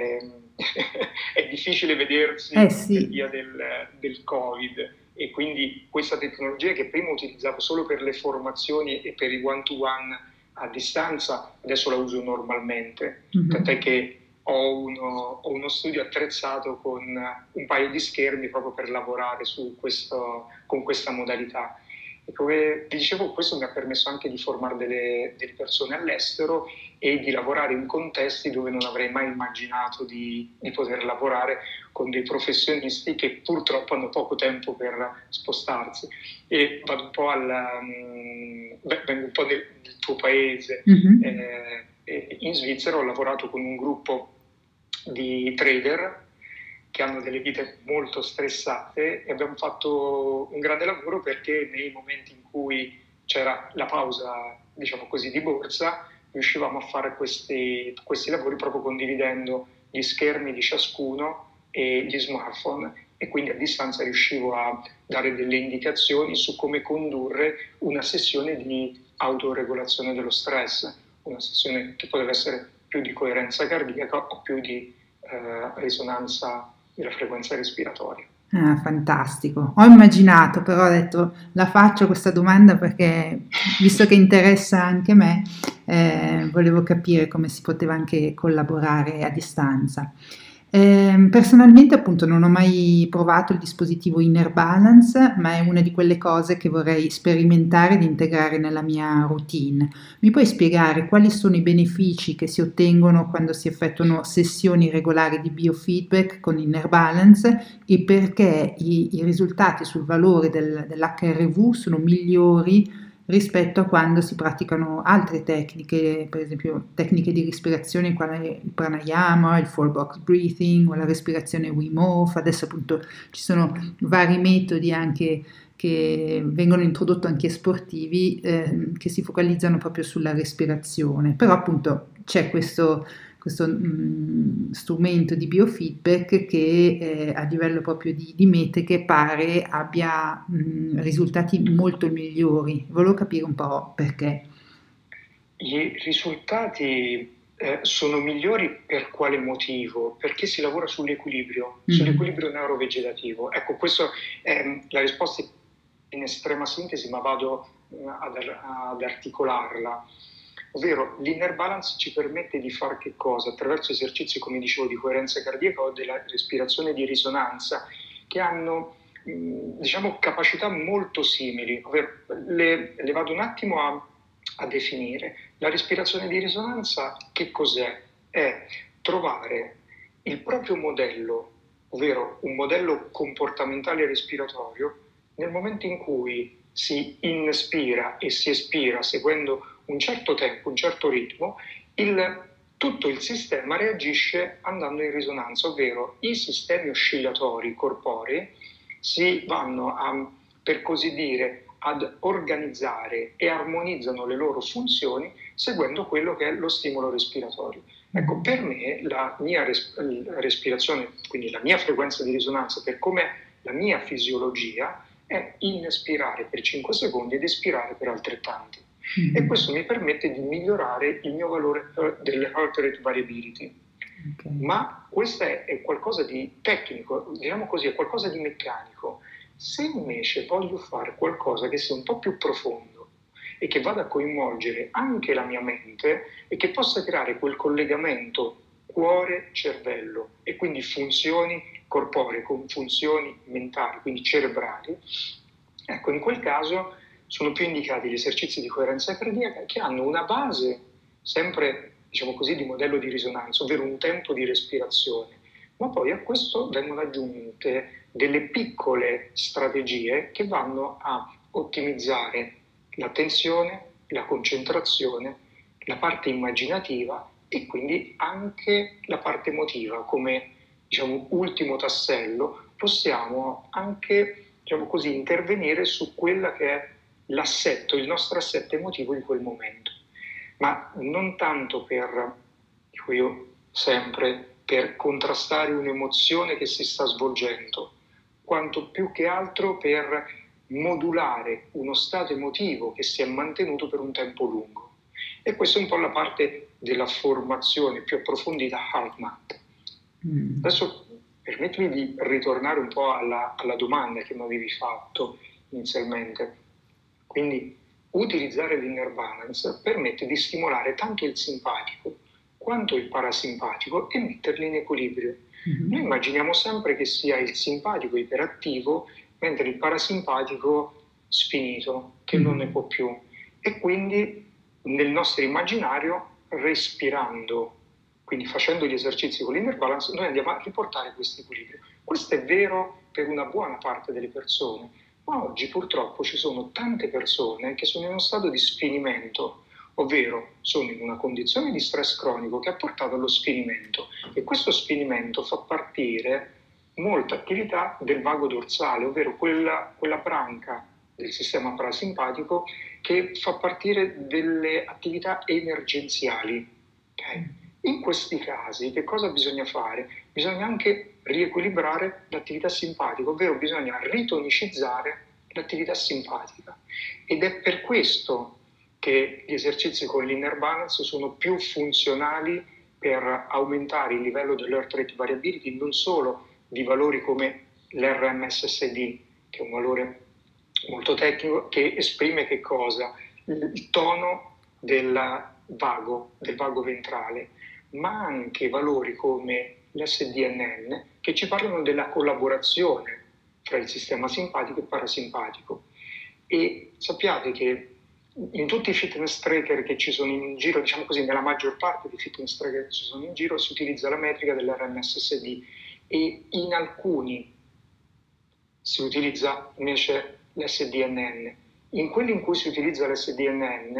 è difficile vedersi per via del Covid, e quindi questa tecnologia che prima utilizzavo solo per le formazioni e per i one-to-one a distanza, adesso la uso normalmente, tant'è che ho uno studio attrezzato con un paio di schermi proprio per lavorare con questa modalità. E come vi dicevo, questo mi ha permesso anche di formare delle persone all'estero e di lavorare in contesti dove non avrei mai immaginato di poter lavorare con dei professionisti che purtroppo hanno poco tempo per spostarsi. E vado un po' vengo un po' nel tuo paese. In Svizzera ho lavorato con un gruppo di trader che hanno delle vite molto stressate e abbiamo fatto un grande lavoro perché nei momenti in cui c'era la pausa, diciamo così, di borsa, riuscivamo a fare questi lavori proprio condividendo gli schermi di ciascuno e gli smartphone, e quindi a distanza riuscivo a dare delle indicazioni su come condurre una sessione di autoregolazione dello stress, una sessione che poteva essere più di coerenza cardiaca o più di risonanza della frequenza respiratoria. Ah, fantastico. Ho immaginato, però ho detto la faccio questa domanda perché, visto che interessa anche me, volevo capire come si poteva anche collaborare a distanza. Personalmente, appunto, non ho mai provato il dispositivo Inner Balance, ma è una di quelle cose che vorrei sperimentare di integrare nella mia routine. Mi puoi spiegare quali sono i benefici che si ottengono quando si effettuano sessioni regolari di biofeedback con Inner Balance e perché i risultati sul valore dell'HRV sono migliori rispetto a quando si praticano altre tecniche, per esempio tecniche di respirazione quale il pranayama, il four box breathing o la respirazione Wim Hof. Adesso appunto ci sono vari metodi anche che vengono introdotti anche sportivi che si focalizzano proprio sulla respirazione, però appunto c'è questo strumento di biofeedback che a livello proprio di mete che pare abbia risultati molto migliori. Volevo capire un po' perché. I risultati sono migliori per quale motivo? Perché si lavora sull'equilibrio neurovegetativo. Ecco, questa è la risposta in estrema sintesi, ma vado ad articolarla. Ovvero, l'inner balance ci permette di fare che cosa? Attraverso esercizi, come dicevo, di coerenza cardiaca o della respirazione di risonanza, che hanno diciamo capacità molto simili, ovvero le vado un attimo a definire. La respirazione di risonanza che cos'è? È trovare il proprio modello, ovvero un modello comportamentale respiratorio, nel momento in cui si inspira e si espira seguendo un certo tempo, un certo ritmo, tutto il sistema reagisce andando in risonanza, ovvero i sistemi oscillatori corporei si vanno a, per così dire, ad organizzare e armonizzano le loro funzioni seguendo quello che è lo stimolo respiratorio. Ecco, per me la mia respirazione, quindi la mia frequenza di risonanza, per come la mia fisiologia, è inspirare per 5 secondi ed espirare per altrettanti. E questo mi permette di migliorare il mio valore delle heart rate variability. Okay. Ma questo è qualcosa di tecnico, diciamo così, è qualcosa di meccanico. Se invece voglio fare qualcosa che sia un po' più profondo e che vada a coinvolgere anche la mia mente e che possa creare quel collegamento cuore-cervello e quindi funzioni corporee con funzioni mentali, quindi cerebrali, ecco, in quel caso sono più indicati gli esercizi di coerenza cardiaca che hanno una base sempre, diciamo così, di modello di risonanza, ovvero un tempo di respirazione, ma poi a questo vengono aggiunte delle piccole strategie che vanno a ottimizzare l'attenzione, la concentrazione, la parte immaginativa e quindi anche la parte emotiva. Come, diciamo, ultimo tassello possiamo anche, diciamo così, intervenire su quella che è l'assetto, il nostro assetto emotivo in quel momento, ma non tanto per, dico io sempre, per contrastare un'emozione che si sta svolgendo, quanto più che altro per modulare uno stato emotivo che si è mantenuto per un tempo lungo. E questa è un po' la parte della formazione più approfondita HeartMath. Adesso permettimi di ritornare un po' alla domanda che mi avevi fatto inizialmente. Quindi utilizzare l'inner balance permette di stimolare tanto il simpatico quanto il parasimpatico e metterli in equilibrio. Noi immaginiamo sempre che sia il simpatico iperattivo, mentre il parasimpatico sfinito, che non ne può più. E quindi nel nostro immaginario, respirando, quindi facendo gli esercizi con l'inner balance, noi andiamo a riportare questo equilibrio. Questo è vero per una buona parte delle persone, ma oggi purtroppo ci sono tante persone che sono in uno stato di sfinimento, ovvero sono in una condizione di stress cronico che ha portato allo sfinimento, e questo sfinimento fa partire molta attività del vago dorsale, ovvero quella branca del sistema parasimpatico che fa partire delle attività emergenziali. Okay? In questi casi che cosa bisogna fare? Bisogna anche riequilibrare l'attività simpatica, ovvero bisogna ritonicizzare l'attività simpatica. Ed è per questo che gli esercizi con l'inner balance sono più funzionali per aumentare il livello dell'heart rate variability, non solo di valori come l'RMSSD, che è un valore molto tecnico, che esprime che cosa? Il tono del vago ventrale, ma anche valori come l'SDNN che ci parlano della collaborazione tra il sistema simpatico e parasimpatico. E sappiate che in tutti i fitness tracker che ci sono in giro, diciamo così, nella maggior parte dei fitness tracker che ci sono in giro, si utilizza la metrica dell'RMSSD e in alcuni si utilizza invece l'SDNN. In quelli in cui si utilizza l'SDNN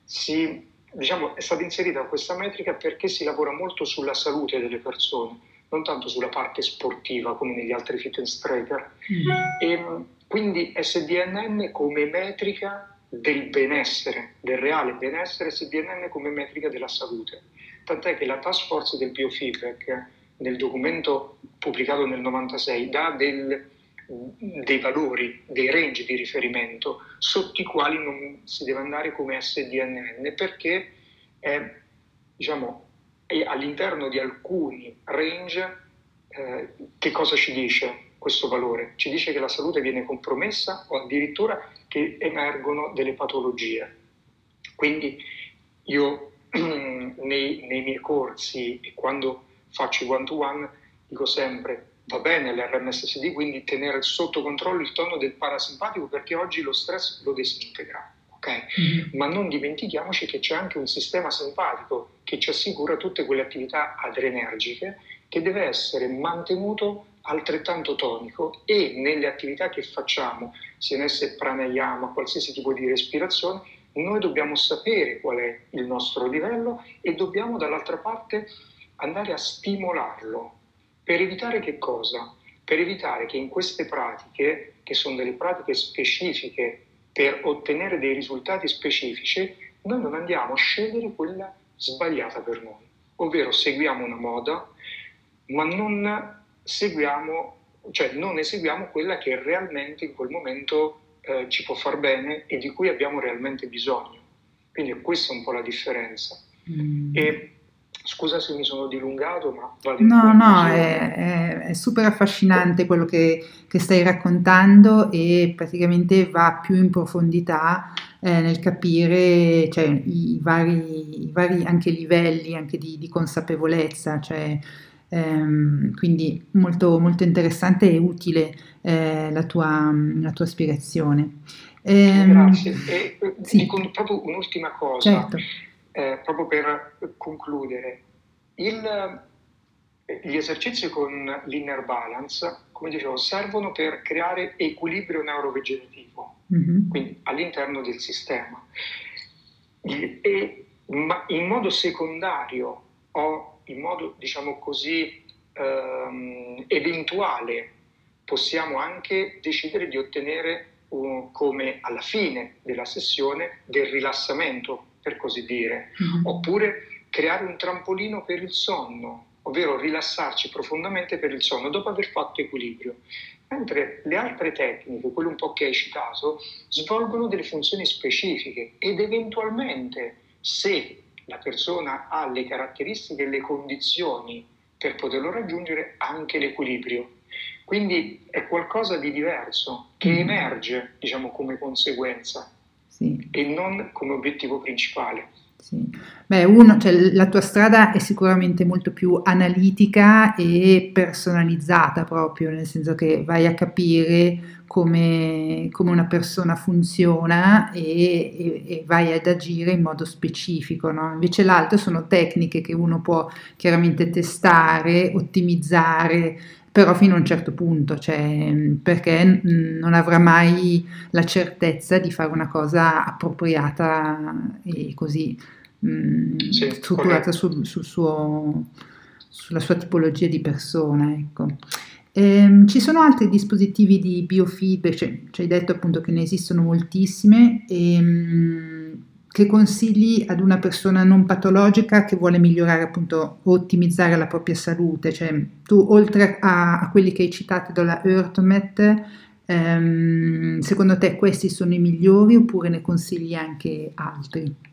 è stata inserita questa metrica perché si lavora molto sulla salute delle persone, non tanto sulla parte sportiva come negli altri fitness tracker. E quindi SDNN come metrica del benessere, del reale benessere, SDNN come metrica della salute. Tant'è che la task force del biofeedback nel documento pubblicato nel 96 dà dei valori, dei range di riferimento sotto i quali non si deve andare come SDNN, perché è all'interno di alcuni range che cosa ci dice questo valore? Ci dice che la salute viene compromessa o addirittura che emergono delle patologie. Quindi io nei miei corsi e quando faccio i one-to-one dico sempre: va bene l'RMSSD, quindi tenere sotto controllo il tono del parasimpatico perché oggi lo stress lo disintegra, ok? Ma non dimentichiamoci che c'è anche un sistema simpatico che ci assicura tutte quelle attività adrenergiche che deve essere mantenuto altrettanto tonico, e nelle attività che facciano, siano esse pranayama, qualsiasi tipo di respirazione, noi dobbiamo sapere qual è il nostro livello e dobbiamo dall'altra parte andare a stimolarlo. Per evitare che cosa? Per evitare che in queste pratiche, che sono delle pratiche specifiche per ottenere dei risultati specifici, noi non andiamo a scegliere quella sbagliata per noi. Ovvero seguiamo una moda, ma non eseguiamo quella che realmente in quel momento ci può far bene e di cui abbiamo realmente bisogno. Quindi questa è un po' la differenza. E scusa se mi sono dilungato, ma vale. No, è super affascinante quello che stai raccontando, e praticamente va più in profondità nel capire, cioè, i vari anche livelli anche di consapevolezza, cioè, quindi molto, molto interessante e utile la tua spiegazione. Grazie. E Sì, dico proprio un'ultima cosa, certo. proprio per concludere. Gli esercizi con l'inner balance, come dicevo, servono per creare equilibrio neurovegetativo, quindi all'interno del sistema. Ma in modo secondario o in modo, diciamo così, eventuale, possiamo anche decidere di ottenere come alla fine della sessione del rilassamento, per così dire, oppure creare un trampolino per il sonno, ovvero rilassarci profondamente per il sonno dopo aver fatto equilibrio. Mentre le altre tecniche, quelle un po' che hai citato, svolgono delle funzioni specifiche ed eventualmente, se la persona ha le caratteristiche e le condizioni per poterlo raggiungere, anche l'equilibrio. Quindi è qualcosa di diverso che emerge, diciamo, come conseguenza, sì, e non come obiettivo principale. Sì. Beh, cioè, la tua strada è sicuramente molto più analitica e personalizzata, proprio nel senso che vai a capire come una persona funziona e vai ad agire in modo specifico, no? Invece l'altro sono tecniche che uno può chiaramente testare, ottimizzare, però fino a un certo punto, cioè, perché non avrà mai la certezza di fare una cosa appropriata e così strutturata sulla sua tipologia di persona, ecco. Ci sono altri dispositivi di biofeedback, cioè, ci hai detto appunto che ne esistono moltissime, che consigli ad una persona non patologica che vuole migliorare appunto o ottimizzare la propria salute? Cioè, tu, oltre a quelli che hai citato dalla HeartMath, secondo te questi sono i migliori oppure ne consigli anche altri?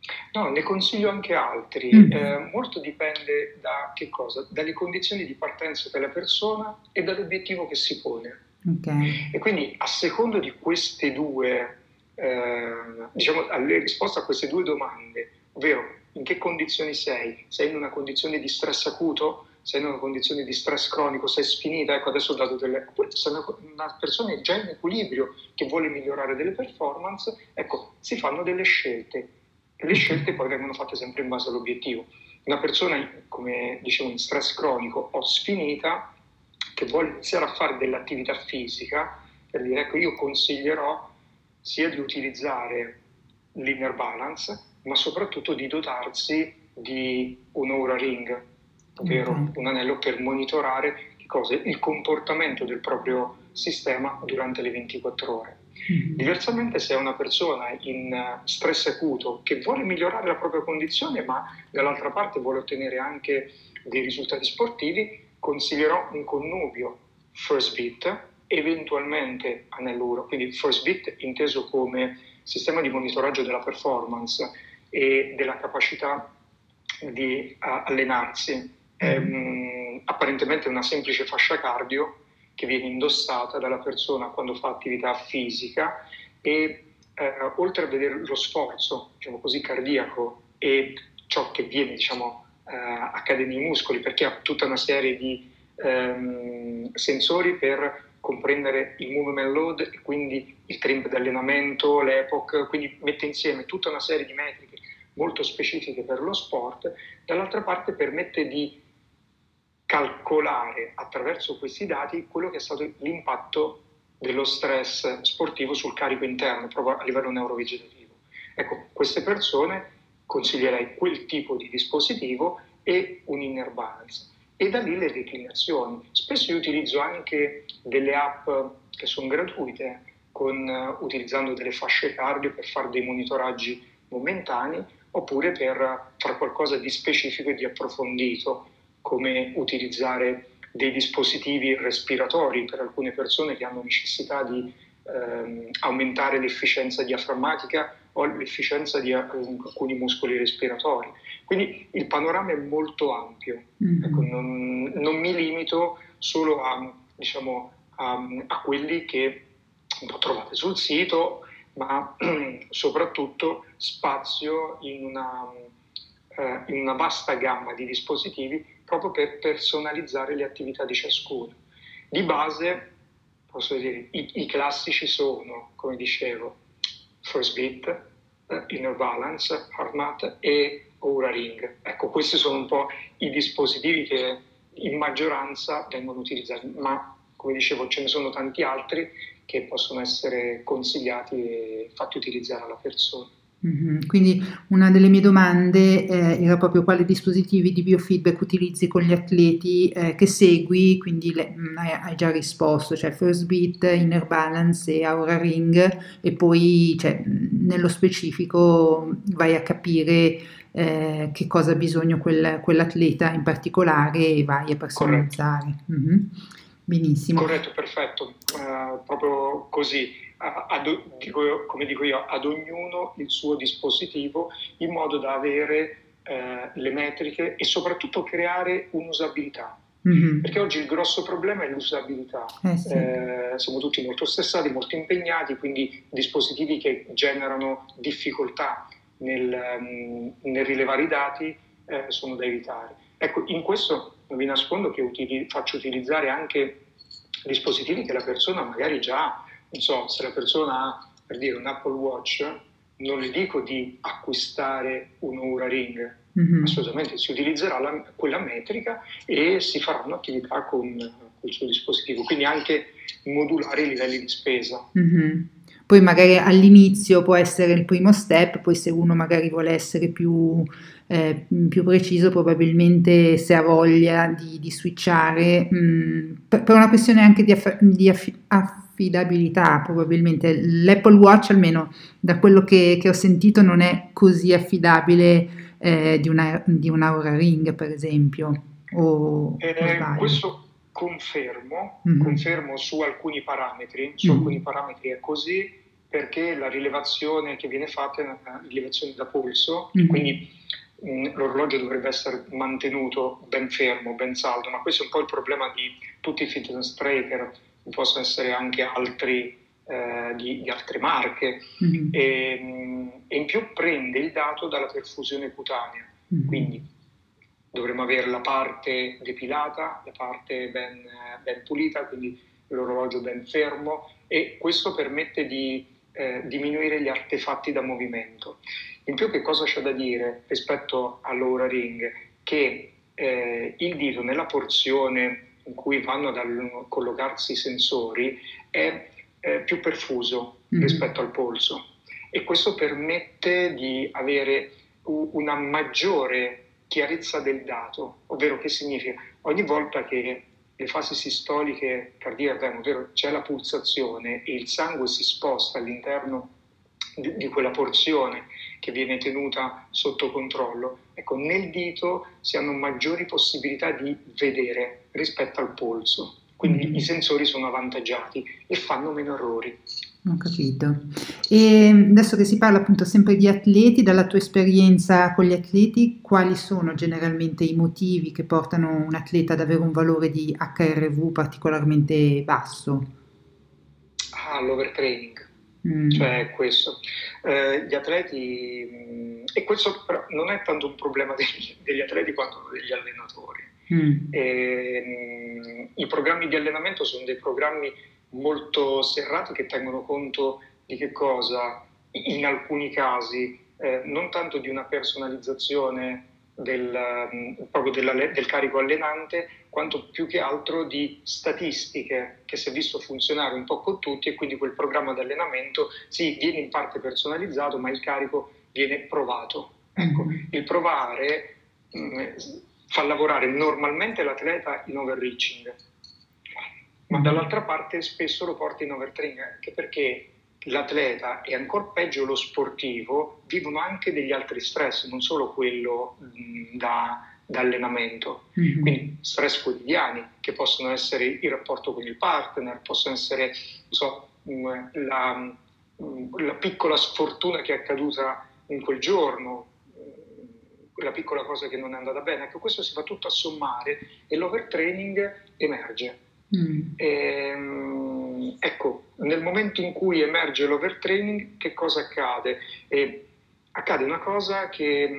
No, ne consiglio anche altri. Mm, Molto dipende da che cosa? Dalle condizioni di partenza della persona e dall'obiettivo che si pone. ok, E quindi a secondo di queste due, diciamo, alle risposte a queste due domande, ovvero in che condizioni sei? Sei in una condizione di stress acuto? Sei in una condizione di stress cronico? Sei sfinita? Ecco, adesso ho dato delle... Oppure sei una persona già in equilibrio che vuole migliorare delle performance, ecco, si fanno delle scelte. E le ok. scelte poi vengono fatte sempre in base all'obiettivo. Una persona, come dicevo, in stress cronico o sfinita, che vuole iniziare a fare dell'attività fisica, per dire, ecco, io consiglierò sia di utilizzare l'inner balance, ma soprattutto di dotarsi di un Oura Ring, Ok. ovvero un anello per monitorare che cosa? Il comportamento del proprio sistema durante le 24 ore. Mhm. Diversamente, se è una persona in stress acuto che vuole migliorare la propria condizione, ma dall'altra parte vuole ottenere anche dei risultati sportivi, consiglierò un connubio First Beat, eventualmente Anellura, quindi First Beat inteso come sistema di monitoraggio della performance e della capacità di allenarsi. È Mhm. apparentemente una semplice fascia cardio che viene indossata dalla persona quando fa attività fisica e oltre a vedere lo sforzo, diciamo così, cardiaco e ciò che viene, diciamo, accade nei muscoli, perché ha tutta una serie di sensori per comprendere il movement load e quindi il trimp di allenamento, l'epoch, quindi mette insieme tutta una serie di metriche molto specifiche per lo sport, dall'altra parte permette di calcolare attraverso questi dati quello che è stato l'impatto dello stress sportivo sul carico interno, proprio a livello neurovegetativo. Ecco, queste persone consiglierei quel tipo di dispositivo e un inner balance. E da lì le declinazioni. Spesso io utilizzo anche delle app che sono gratuite, utilizzando delle fasce cardio per fare dei monitoraggi momentanei, oppure per fare qualcosa di specifico e di approfondito, come utilizzare dei dispositivi respiratori per alcune persone che hanno necessità di aumentare l'efficienza diaframmatica o l'efficienza di alcuni muscoli respiratori. Quindi il panorama è molto ampio. Ecco, Mhm. non mi limito solo a, diciamo, a quelli che un po' trovate sul sito, ma soprattutto spazio in una vasta gamma di dispositivi proprio per personalizzare le attività di ciascuno. Di base, posso dire, i classici sono, come dicevo, First Beat, Inner Balance, HeartMath e Oura Ring. Ecco, questi sono un po' i dispositivi che in maggioranza vengono utilizzati, ma come dicevo ce ne sono tanti altri che possono essere consigliati e fatti utilizzare alla persona. Mhm. Quindi una delle mie domande era proprio quali dispositivi di biofeedback utilizzi con gli atleti che segui, quindi hai già risposto, cioè First Beat, Inner Balance e Aura Ring e poi cioè, nello specifico vai a capire che cosa ha bisogno quell'atleta in particolare e vai a Corretto. personalizzare. Mhm. Benissimo. Corretto, perfetto, proprio così. Come dico io, ad ognuno il suo dispositivo in modo da avere le metriche e soprattutto creare un'usabilità. Mhm. Perché oggi il grosso problema è l'usabilità. Eh sì. Siamo tutti molto stressati, molto impegnati, quindi dispositivi che generano difficoltà nel rilevare i dati sono da evitare. Ecco, in questo non vi nascondo che faccio utilizzare anche dispositivi che la persona magari già ha. Non so, se la persona ha, per dire, un Apple Watch, non le dico di acquistare un Oura Ring, Mhm. assolutamente si utilizzerà quella metrica e si faranno attività con il suo dispositivo, quindi anche modulare i livelli di spesa. Mhm. Poi magari all'inizio può essere il primo step, poi se uno magari vuole essere più preciso, probabilmente se ha voglia di switchare, per una questione anche di affidabilità, probabilmente l'Apple Watch, almeno da quello che ho sentito, non è così affidabile di una Oura Ring, per esempio, o sbaglio. Questo confermo, Mhm. confermo su alcuni parametri è così, perché la rilevazione che viene fatta è una rilevazione da polso, Mhm. quindi l'orologio dovrebbe essere mantenuto ben fermo, ben saldo, ma questo è un po' il problema di tutti i fitness tracker, possono essere anche altri di altre marche, Mhm. e in più prende il dato dalla perfusione cutanea, quindi dovremmo avere la parte depilata, la parte ben pulita, quindi l'orologio ben fermo, e questo permette di diminuire gli artefatti da movimento. In più, che cosa c'è da dire rispetto all'Oura Ring? Che il dito nella porzione in cui vanno a collocarsi i sensori è più perfuso rispetto al polso, e questo permette di avere una maggiore chiarezza del dato, ovvero che significa ogni volta che le fasi sistoliche cardiache avvengono, ovvero c'è la pulsazione e il sangue si sposta all'interno di quella porzione che viene tenuta sotto controllo, ecco, nel dito si hanno maggiori possibilità di vedere rispetto al polso, quindi i sensori sono avvantaggiati e fanno meno errori. Ho capito. E adesso che si parla appunto sempre di atleti, dalla tua esperienza con gli atleti, quali sono generalmente i motivi che portano un atleta ad avere un valore di HRV particolarmente basso? L'overtraining, Mm. cioè questo. Gli atleti, e questo però non è tanto un problema degli atleti quanto degli allenatori. I programmi di allenamento sono dei programmi molto serrati che tengono conto di che cosa? In alcuni casi non tanto di una personalizzazione proprio del carico allenante, quanto più che altro di statistiche che si è visto funzionare un po' con tutti, e quindi quel programma di allenamento sì, viene in parte personalizzato, ma il carico viene provato. Ecco, il provare fa lavorare normalmente l'atleta in overreaching, ma dall'altra parte spesso lo porta in overtraining, anche perché l'atleta e ancora peggio lo sportivo vivono anche degli altri stress, non solo quello da allenamento, quindi stress quotidiani che possono essere il rapporto con il partner, possono essere non so, la piccola sfortuna che è accaduta in quel giorno, la piccola cosa che non è andata bene, ecco, questo si va tutto a sommare e l'overtraining emerge. Ecco, nel momento in cui emerge l'overtraining, che cosa accade? Accade una cosa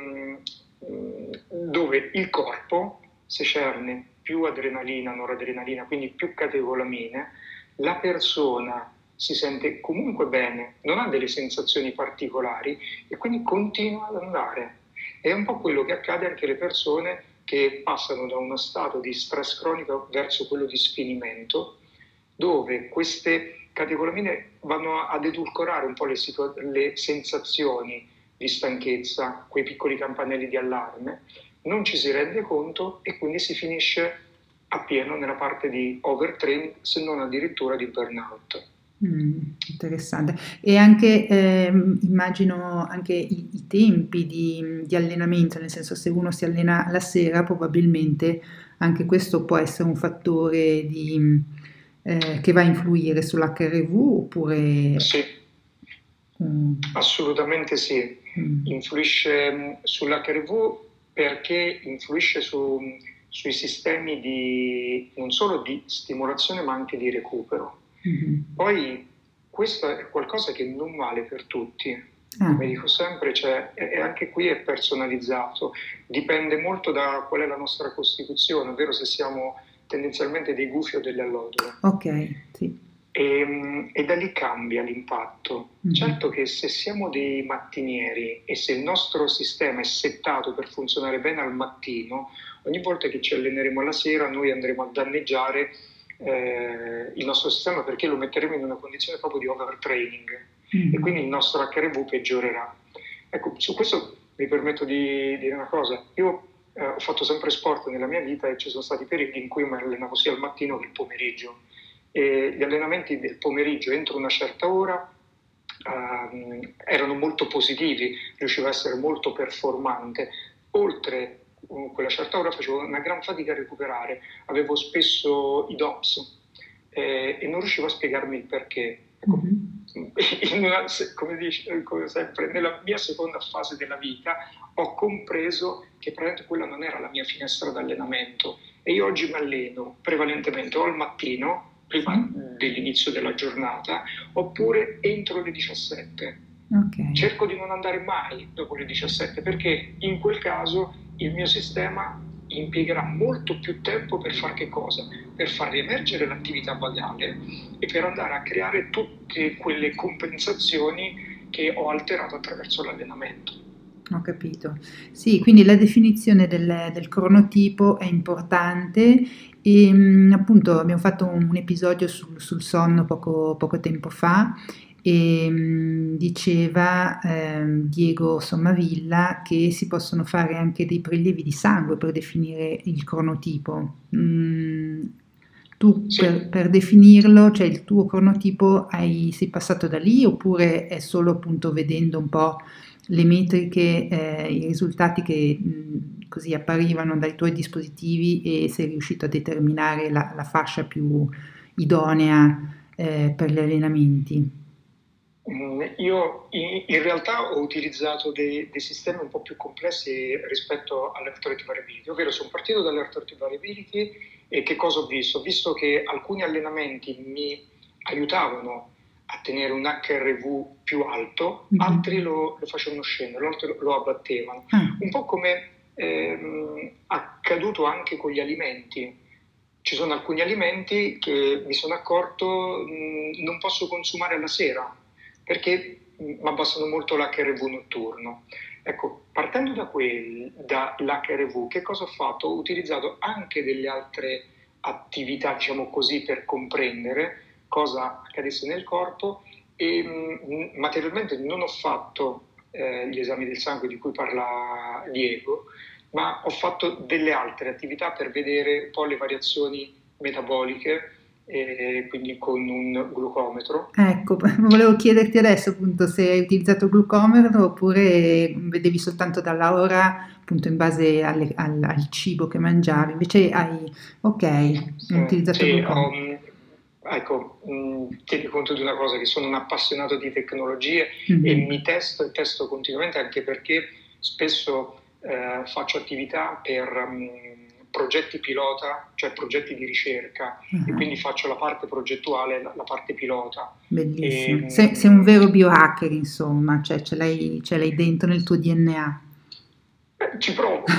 dove il corpo secerne più adrenalina, noradrenalina, quindi più catecolamine, la persona si sente comunque bene, non ha delle sensazioni particolari e quindi continua ad andare. È un po' quello che accade anche alle persone che passano da uno stato di stress cronico verso quello di sfinimento, dove queste catecolamine vanno ad edulcorare un po' le sensazioni di stanchezza, quei piccoli campanelli di allarme, non ci si rende conto e quindi si finisce appieno nella parte di overtraining, se non addirittura di burnout. Interessante. E anche, immagino anche i tempi di allenamento, nel senso se uno si allena la sera, probabilmente anche questo può essere un fattore che va a influire sull'HRV oppure... Sì, assolutamente sì. Influisce sull'HRV perché influisce sui sistemi non solo di stimolazione ma anche di recupero. Poi questo è qualcosa che non vale per tutti, come dico sempre, e anche qui è personalizzato, dipende molto da qual è la nostra costituzione, ovvero se siamo tendenzialmente dei gufi o delle allodole. Ok, sì. E da lì cambia l'impatto. Certo che se siamo dei mattinieri e se il nostro sistema è settato per funzionare bene al mattino, ogni volta che ci alleneremo alla sera noi andremo a danneggiare il nostro sistema, perché lo metteremo in una condizione proprio di overtraining e quindi il nostro HRV peggiorerà. Ecco, su questo mi permetto di dire una cosa. Io ho fatto sempre sport nella mia vita e ci sono stati periodi in cui mi allenavo sia al mattino che al pomeriggio. E gli allenamenti del pomeriggio entro una certa ora erano molto positivi, riuscivo a essere molto performante. Oltre quella certa ora facevo una gran fatica a recuperare, avevo spesso i DOPS e non riuscivo a spiegarmi il perché. Ecco, come sempre, nella mia seconda fase della vita ho compreso che praticamente quella non era la mia finestra d'allenamento e io oggi mi alleno prevalentemente o al mattino, prima dell'inizio della giornata, oppure entro le 17. Ok. Cerco di non andare mai dopo le 17 perché in quel caso il mio sistema impiegherà molto più tempo per fare che cosa? Per far riemergere l'attività vagali e per andare a creare tutte quelle compensazioni che ho alterato attraverso l'allenamento. Ho capito. Sì, quindi la definizione del cronotipo è importante e appunto abbiamo fatto un episodio sul sonno poco tempo fa e diceva Diego Sommavilla che si possono fare anche dei prelievi di sangue per definire il cronotipo. Tu Sì. per definirlo, cioè il tuo cronotipo, sei passato da lì oppure è solo appunto vedendo un po' le metriche, i risultati che così apparivano dai tuoi dispositivi e sei riuscito a determinare la fascia più idonea per gli allenamenti? Io in realtà ho utilizzato dei sistemi un po' più complessi rispetto all'Heart Rate Variability, ovvero sono partito dall'Heart Rate Variability e che cosa ho visto? Ho visto che alcuni allenamenti mi aiutavano a tenere un HRV più alto, altri lo facevano scendere, altri lo abbattevano. Un po' come accaduto anche con gli alimenti. Ci sono alcuni alimenti che mi sono accorto non posso consumare alla sera perché mi abbassano molto l'HRV notturno. Ecco, partendo dall'HRV, che cosa ho fatto? Ho utilizzato anche delle altre attività, diciamo così, per comprendere cosa accadesse nel corpo e materialmente non ho fatto gli esami del sangue di cui parla Diego, ma ho fatto delle altre attività per vedere un po' le variazioni metaboliche, quindi con un glucometro. Ecco, volevo chiederti adesso appunto se hai utilizzato il glucometro oppure vedevi soltanto dalla ora appunto in base al cibo che mangiavi, invece ok, hai utilizzato il Sì, glucometro. ecco, tieni conto di una cosa, che sono un appassionato di tecnologie e Mhm. mi testo e testo continuamente anche perché spesso faccio attività per progetti pilota, cioè progetti di ricerca e Ah, quindi faccio la parte progettuale, la parte pilota. E, bellissimo. Sei un vero biohacker, insomma, cioè ce l'hai dentro nel tuo DNA. Ci provo.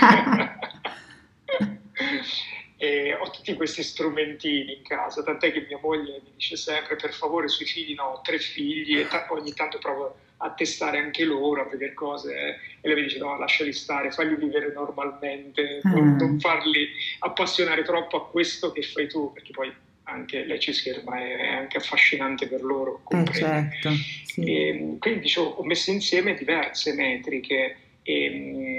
E ho tutti questi strumentini in casa, tant'è che mia moglie mi dice sempre per favore sui figli, no, ho 3 figli e ogni tanto provo a testare anche loro, a vedere cose e lei mi dice no, lasciali stare, fagli vivere normalmente, Ah, non farli appassionare troppo a questo che fai tu, perché poi anche lei ci scherma, è anche affascinante per loro comprendere. certo, sì. E, quindi dicevo, ho messo insieme diverse metriche e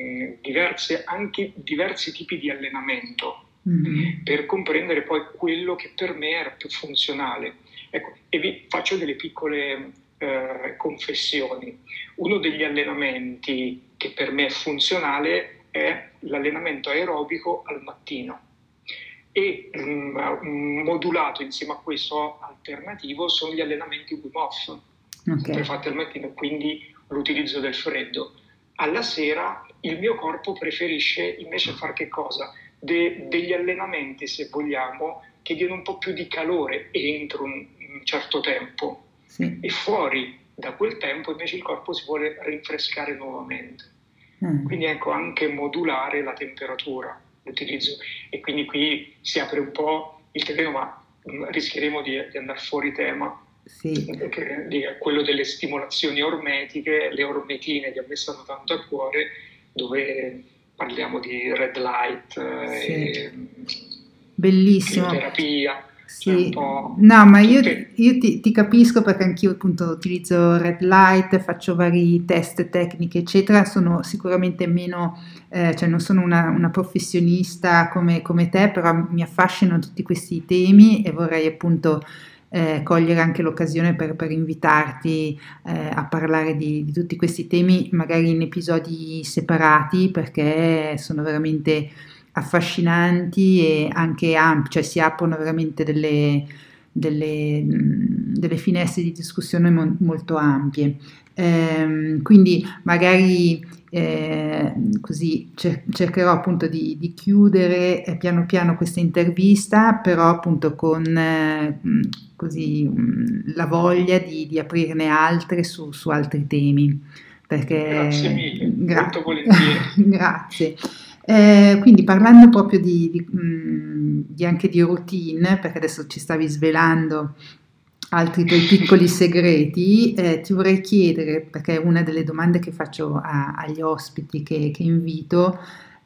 anche diversi tipi di allenamento Mhm. per comprendere poi quello che per me era più funzionale. Ecco, e vi faccio delle piccole confessioni. Uno degli allenamenti che per me è funzionale è l'allenamento aerobico al mattino e modulato insieme a questo alternativo sono gli allenamenti Wim Hof, Ok. sempre fatti al mattino, quindi l'utilizzo del freddo. Alla sera il mio corpo preferisce invece fare che cosa? Degli allenamenti, se vogliamo, che diano un po' più di calore entro un certo tempo Sì. e fuori da quel tempo invece il corpo si vuole rinfrescare nuovamente. Ah. Quindi ecco, anche modulare la temperatura, l'utilizzo. E quindi qui si apre un po' il terreno, ma rischieremo di andare fuori tema, Sì, quello delle stimolazioni ormetiche, le ormetine che a me stanno tanto a cuore, dove parliamo di red light sì, e bellissimo. crioterapia, cioè un Sì, po' no, ma tutte. io ti capisco perché anch'io appunto utilizzo red light, faccio vari test tecniche, eccetera, sono sicuramente meno, cioè non sono una professionista come te, però mi affascinano tutti questi temi e vorrei appunto cogliere anche l'occasione per invitarti a parlare di tutti questi temi, magari in episodi separati, perché sono veramente affascinanti e anche ampi, cioè si aprono veramente delle finestre di discussione molto ampie. Quindi magari così cercherò appunto di chiudere piano piano questa intervista, però appunto con così la voglia di aprirne altre su altri temi, Grazie perché mille, molto volentieri. grazie. Quindi parlando proprio anche di routine, perché adesso ci stavi svelando altri tuoi piccoli segreti, ti vorrei chiedere, perché è una delle domande che faccio agli ospiti che invito,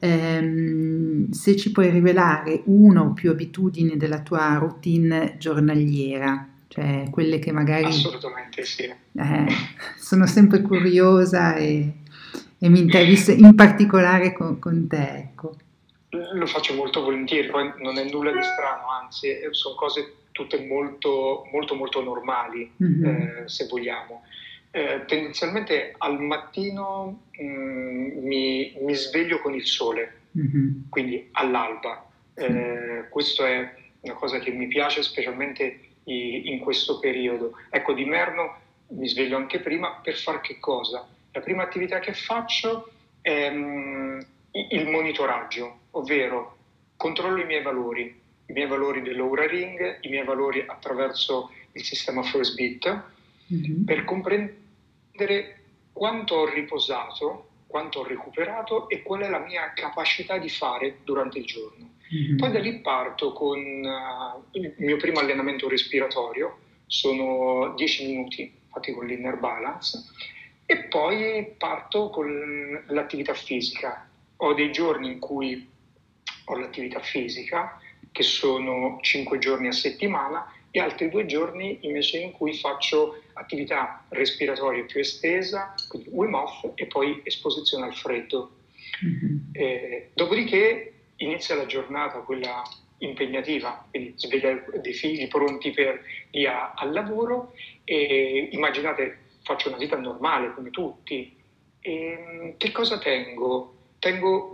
se ci puoi rivelare una o più abitudini della tua routine giornaliera, cioè quelle che magari Assolutamente sì. sono sempre curiosa e mi intervisto in particolare con te, ecco. Lo faccio molto volentieri, poi non è nulla di strano, anzi, sono cose tutte molto, molto, molto normali, Mhm, se vogliamo. Tendenzialmente al mattino mi sveglio con il sole, mhm, quindi all'alba. sì, Questo è una cosa che mi piace, specialmente in questo periodo. Ecco, d'inverno mi sveglio anche prima per far che cosa? La prima attività che faccio è il monitoraggio, ovvero controllo i miei valori dell'Oura Ring, i miei valori attraverso il sistema First Beat, mhm, per comprendere quanto ho riposato, quanto ho recuperato e qual è la mia capacità di fare durante il giorno. Poi da mhm, lì parto con il mio primo allenamento respiratorio, sono 10 minuti fatti con l'inner balance, e poi parto con l'attività fisica. Ho dei giorni in cui ho l'attività fisica, che sono 5 giorni a settimana, e altri 2 giorni invece in cui faccio attività respiratoria più estesa, quindi Wim Hof, e poi esposizione al freddo. mhm, Dopodiché inizia la giornata, quella impegnativa, quindi sveglia dei figli pronti per via al lavoro, e immaginate, faccio una vita normale come tutti. Che cosa tengo? Tengo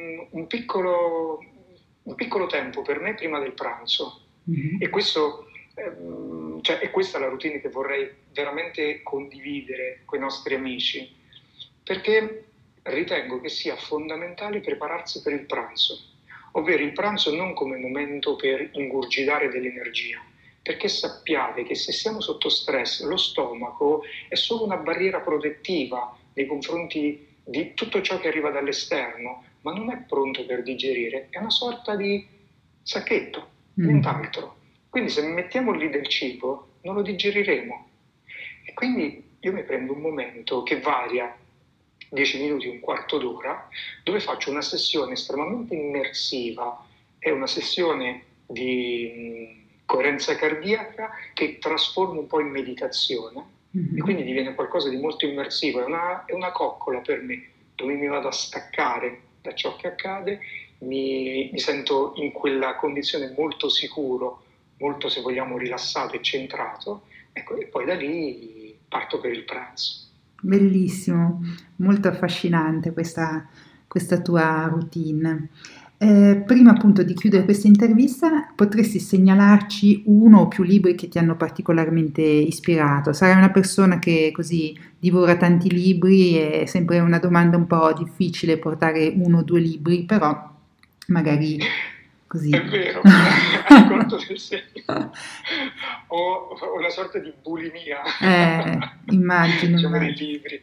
un piccolo tempo per me prima del pranzo, e mhm. questo, cioè, è questa la routine che vorrei veramente condividere con i nostri amici, perché ritengo che sia fondamentale prepararsi per il pranzo, ovvero il pranzo non come momento per ingurgitare dell'energia, perché sappiate che se siamo sotto stress lo stomaco è solo una barriera protettiva nei confronti di tutto ciò che arriva dall'esterno, ma non è pronto per digerire, è una sorta di sacchetto, Mm, nient'altro. Quindi se mettiamo lì del cibo non lo digeriremo. E quindi io mi prendo un momento che varia 10 minuti, un quarto d'ora, dove faccio una sessione estremamente immersiva, è una sessione di coerenza cardiaca che trasformo un po' in meditazione, e quindi mhm. diviene qualcosa di molto immersivo, è una coccola per me, dove mi vado a staccare da ciò che accade, mi sento in quella condizione molto sicuro, molto, se vogliamo, rilassato e centrato, ecco, e poi da lì parto per il pranzo. Bellissimo, molto affascinante questa tua routine. Prima appunto di chiudere questa intervista, potresti segnalarci uno o più libri che ti hanno particolarmente ispirato? Sarai una persona che così divora tanti libri, è sempre una domanda un po' difficile portare uno o due libri, però magari È così. vero, hai colto del segno. Ho una sorta di bulimia, Immagino, diciamo, dei immagino. libri.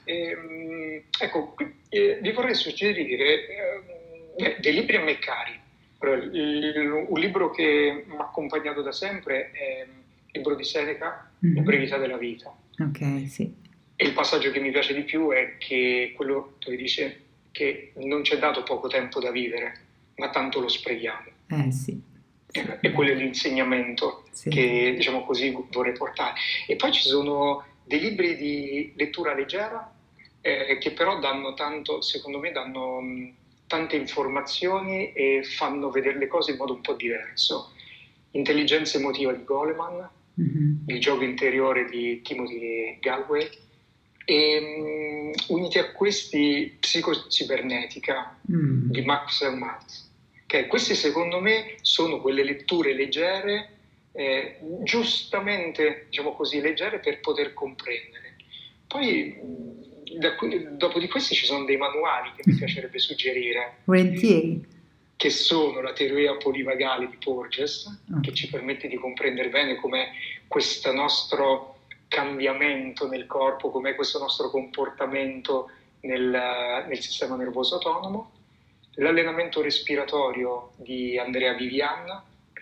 Ecco, vi vorrei suggerire dei libri a me cari. Allora, un libro che mi ha accompagnato da sempre è il libro di Seneca, La Mhm. brevità della vita. Ok, sì. E il passaggio che mi piace di più è che quello dove dice che non c'è dato poco tempo da vivere, ma tanto lo sprechiamo. Sì, sì, E quello è beh, l'insegnamento sì. che, diciamo così, vorrei portare. E poi ci sono dei libri di lettura leggera, che però danno tanto, secondo me, danno tante informazioni e fanno vedere le cose in modo un po' diverso. Intelligenza emotiva di Goleman, Mhm. Il gioco interiore di Timothy Galway, e uniti a questi Psicocibernetica di Mm. Max Maltz. Questi secondo me sono quelle letture leggere, giustamente, diciamo così, leggere per poter comprendere. Poi dopo di questi ci sono dei manuali che mi piacerebbe suggerire, Volentieri. che sono la teoria polivagale di Porges, che Ok. ci permette di comprendere bene com'è questo nostro cambiamento nel corpo, com'è questo nostro comportamento nel sistema nervoso autonomo, l'allenamento respiratorio di Andrea Vivian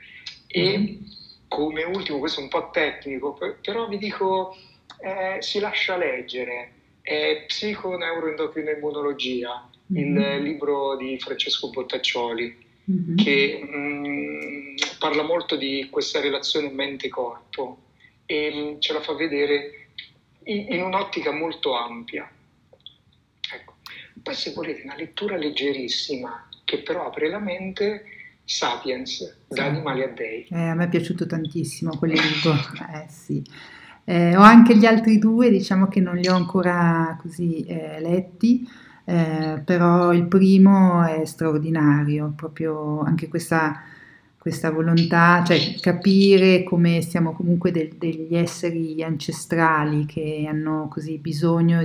e come ultimo, questo è un po' tecnico, però vi dico, si lascia leggere, è Psico-Neuroendocrino-Immunologia, il libro di Francesco Bottaccioli, che parla molto di questa relazione mente-corpo e ce la fa vedere in un'ottica molto ampia. Ecco. Poi se volete una lettura leggerissima che però apre la mente, Sapiens, da Animali a Dei. A me è piaciuto tantissimo quel libro, sì. Ho anche gli altri due, diciamo che non li ho ancora così letti, però il primo è straordinario, proprio anche questa volontà, cioè capire come siamo comunque degli esseri ancestrali che hanno così bisogno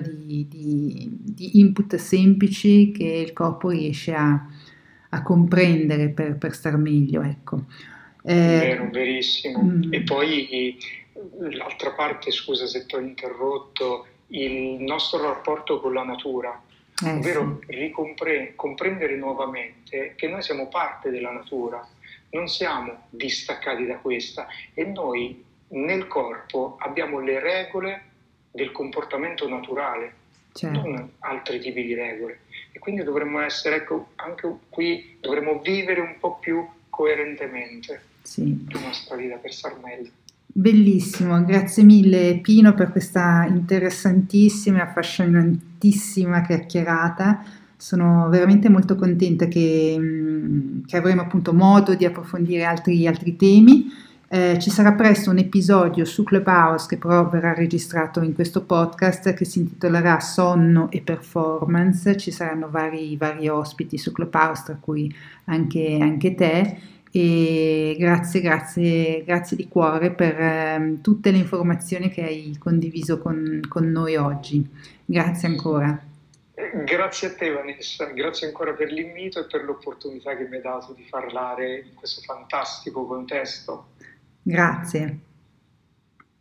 di input semplici che il corpo riesce a comprendere per star meglio, ecco. Vero, verissimo. E poi l'altra parte, scusa se ti ho interrotto, il nostro rapporto con la natura, ovvero Sì. comprendere nuovamente che noi siamo parte della natura, non siamo distaccati da questa e noi nel corpo abbiamo le regole del comportamento naturale, non altri tipi di regole. E quindi dovremmo essere, ecco, anche qui dovremmo vivere un po' più coerentemente la nostra vita per star meglio. Bellissimo, grazie mille Pino per questa interessantissima e affascinantissima chiacchierata. Sono veramente molto contenta che avremo appunto modo di approfondire altri temi. Ci sarà presto un episodio su Clubhouse che però verrà registrato in questo podcast che si intitolerà Sonno e Performance. Ci saranno vari ospiti su Clubhouse, tra cui anche te. E grazie di cuore per tutte le informazioni che hai condiviso con noi oggi. Grazie ancora. Grazie a te Vanessa, grazie ancora per l'invito e per l'opportunità che mi hai dato di parlare in questo fantastico contesto. Grazie.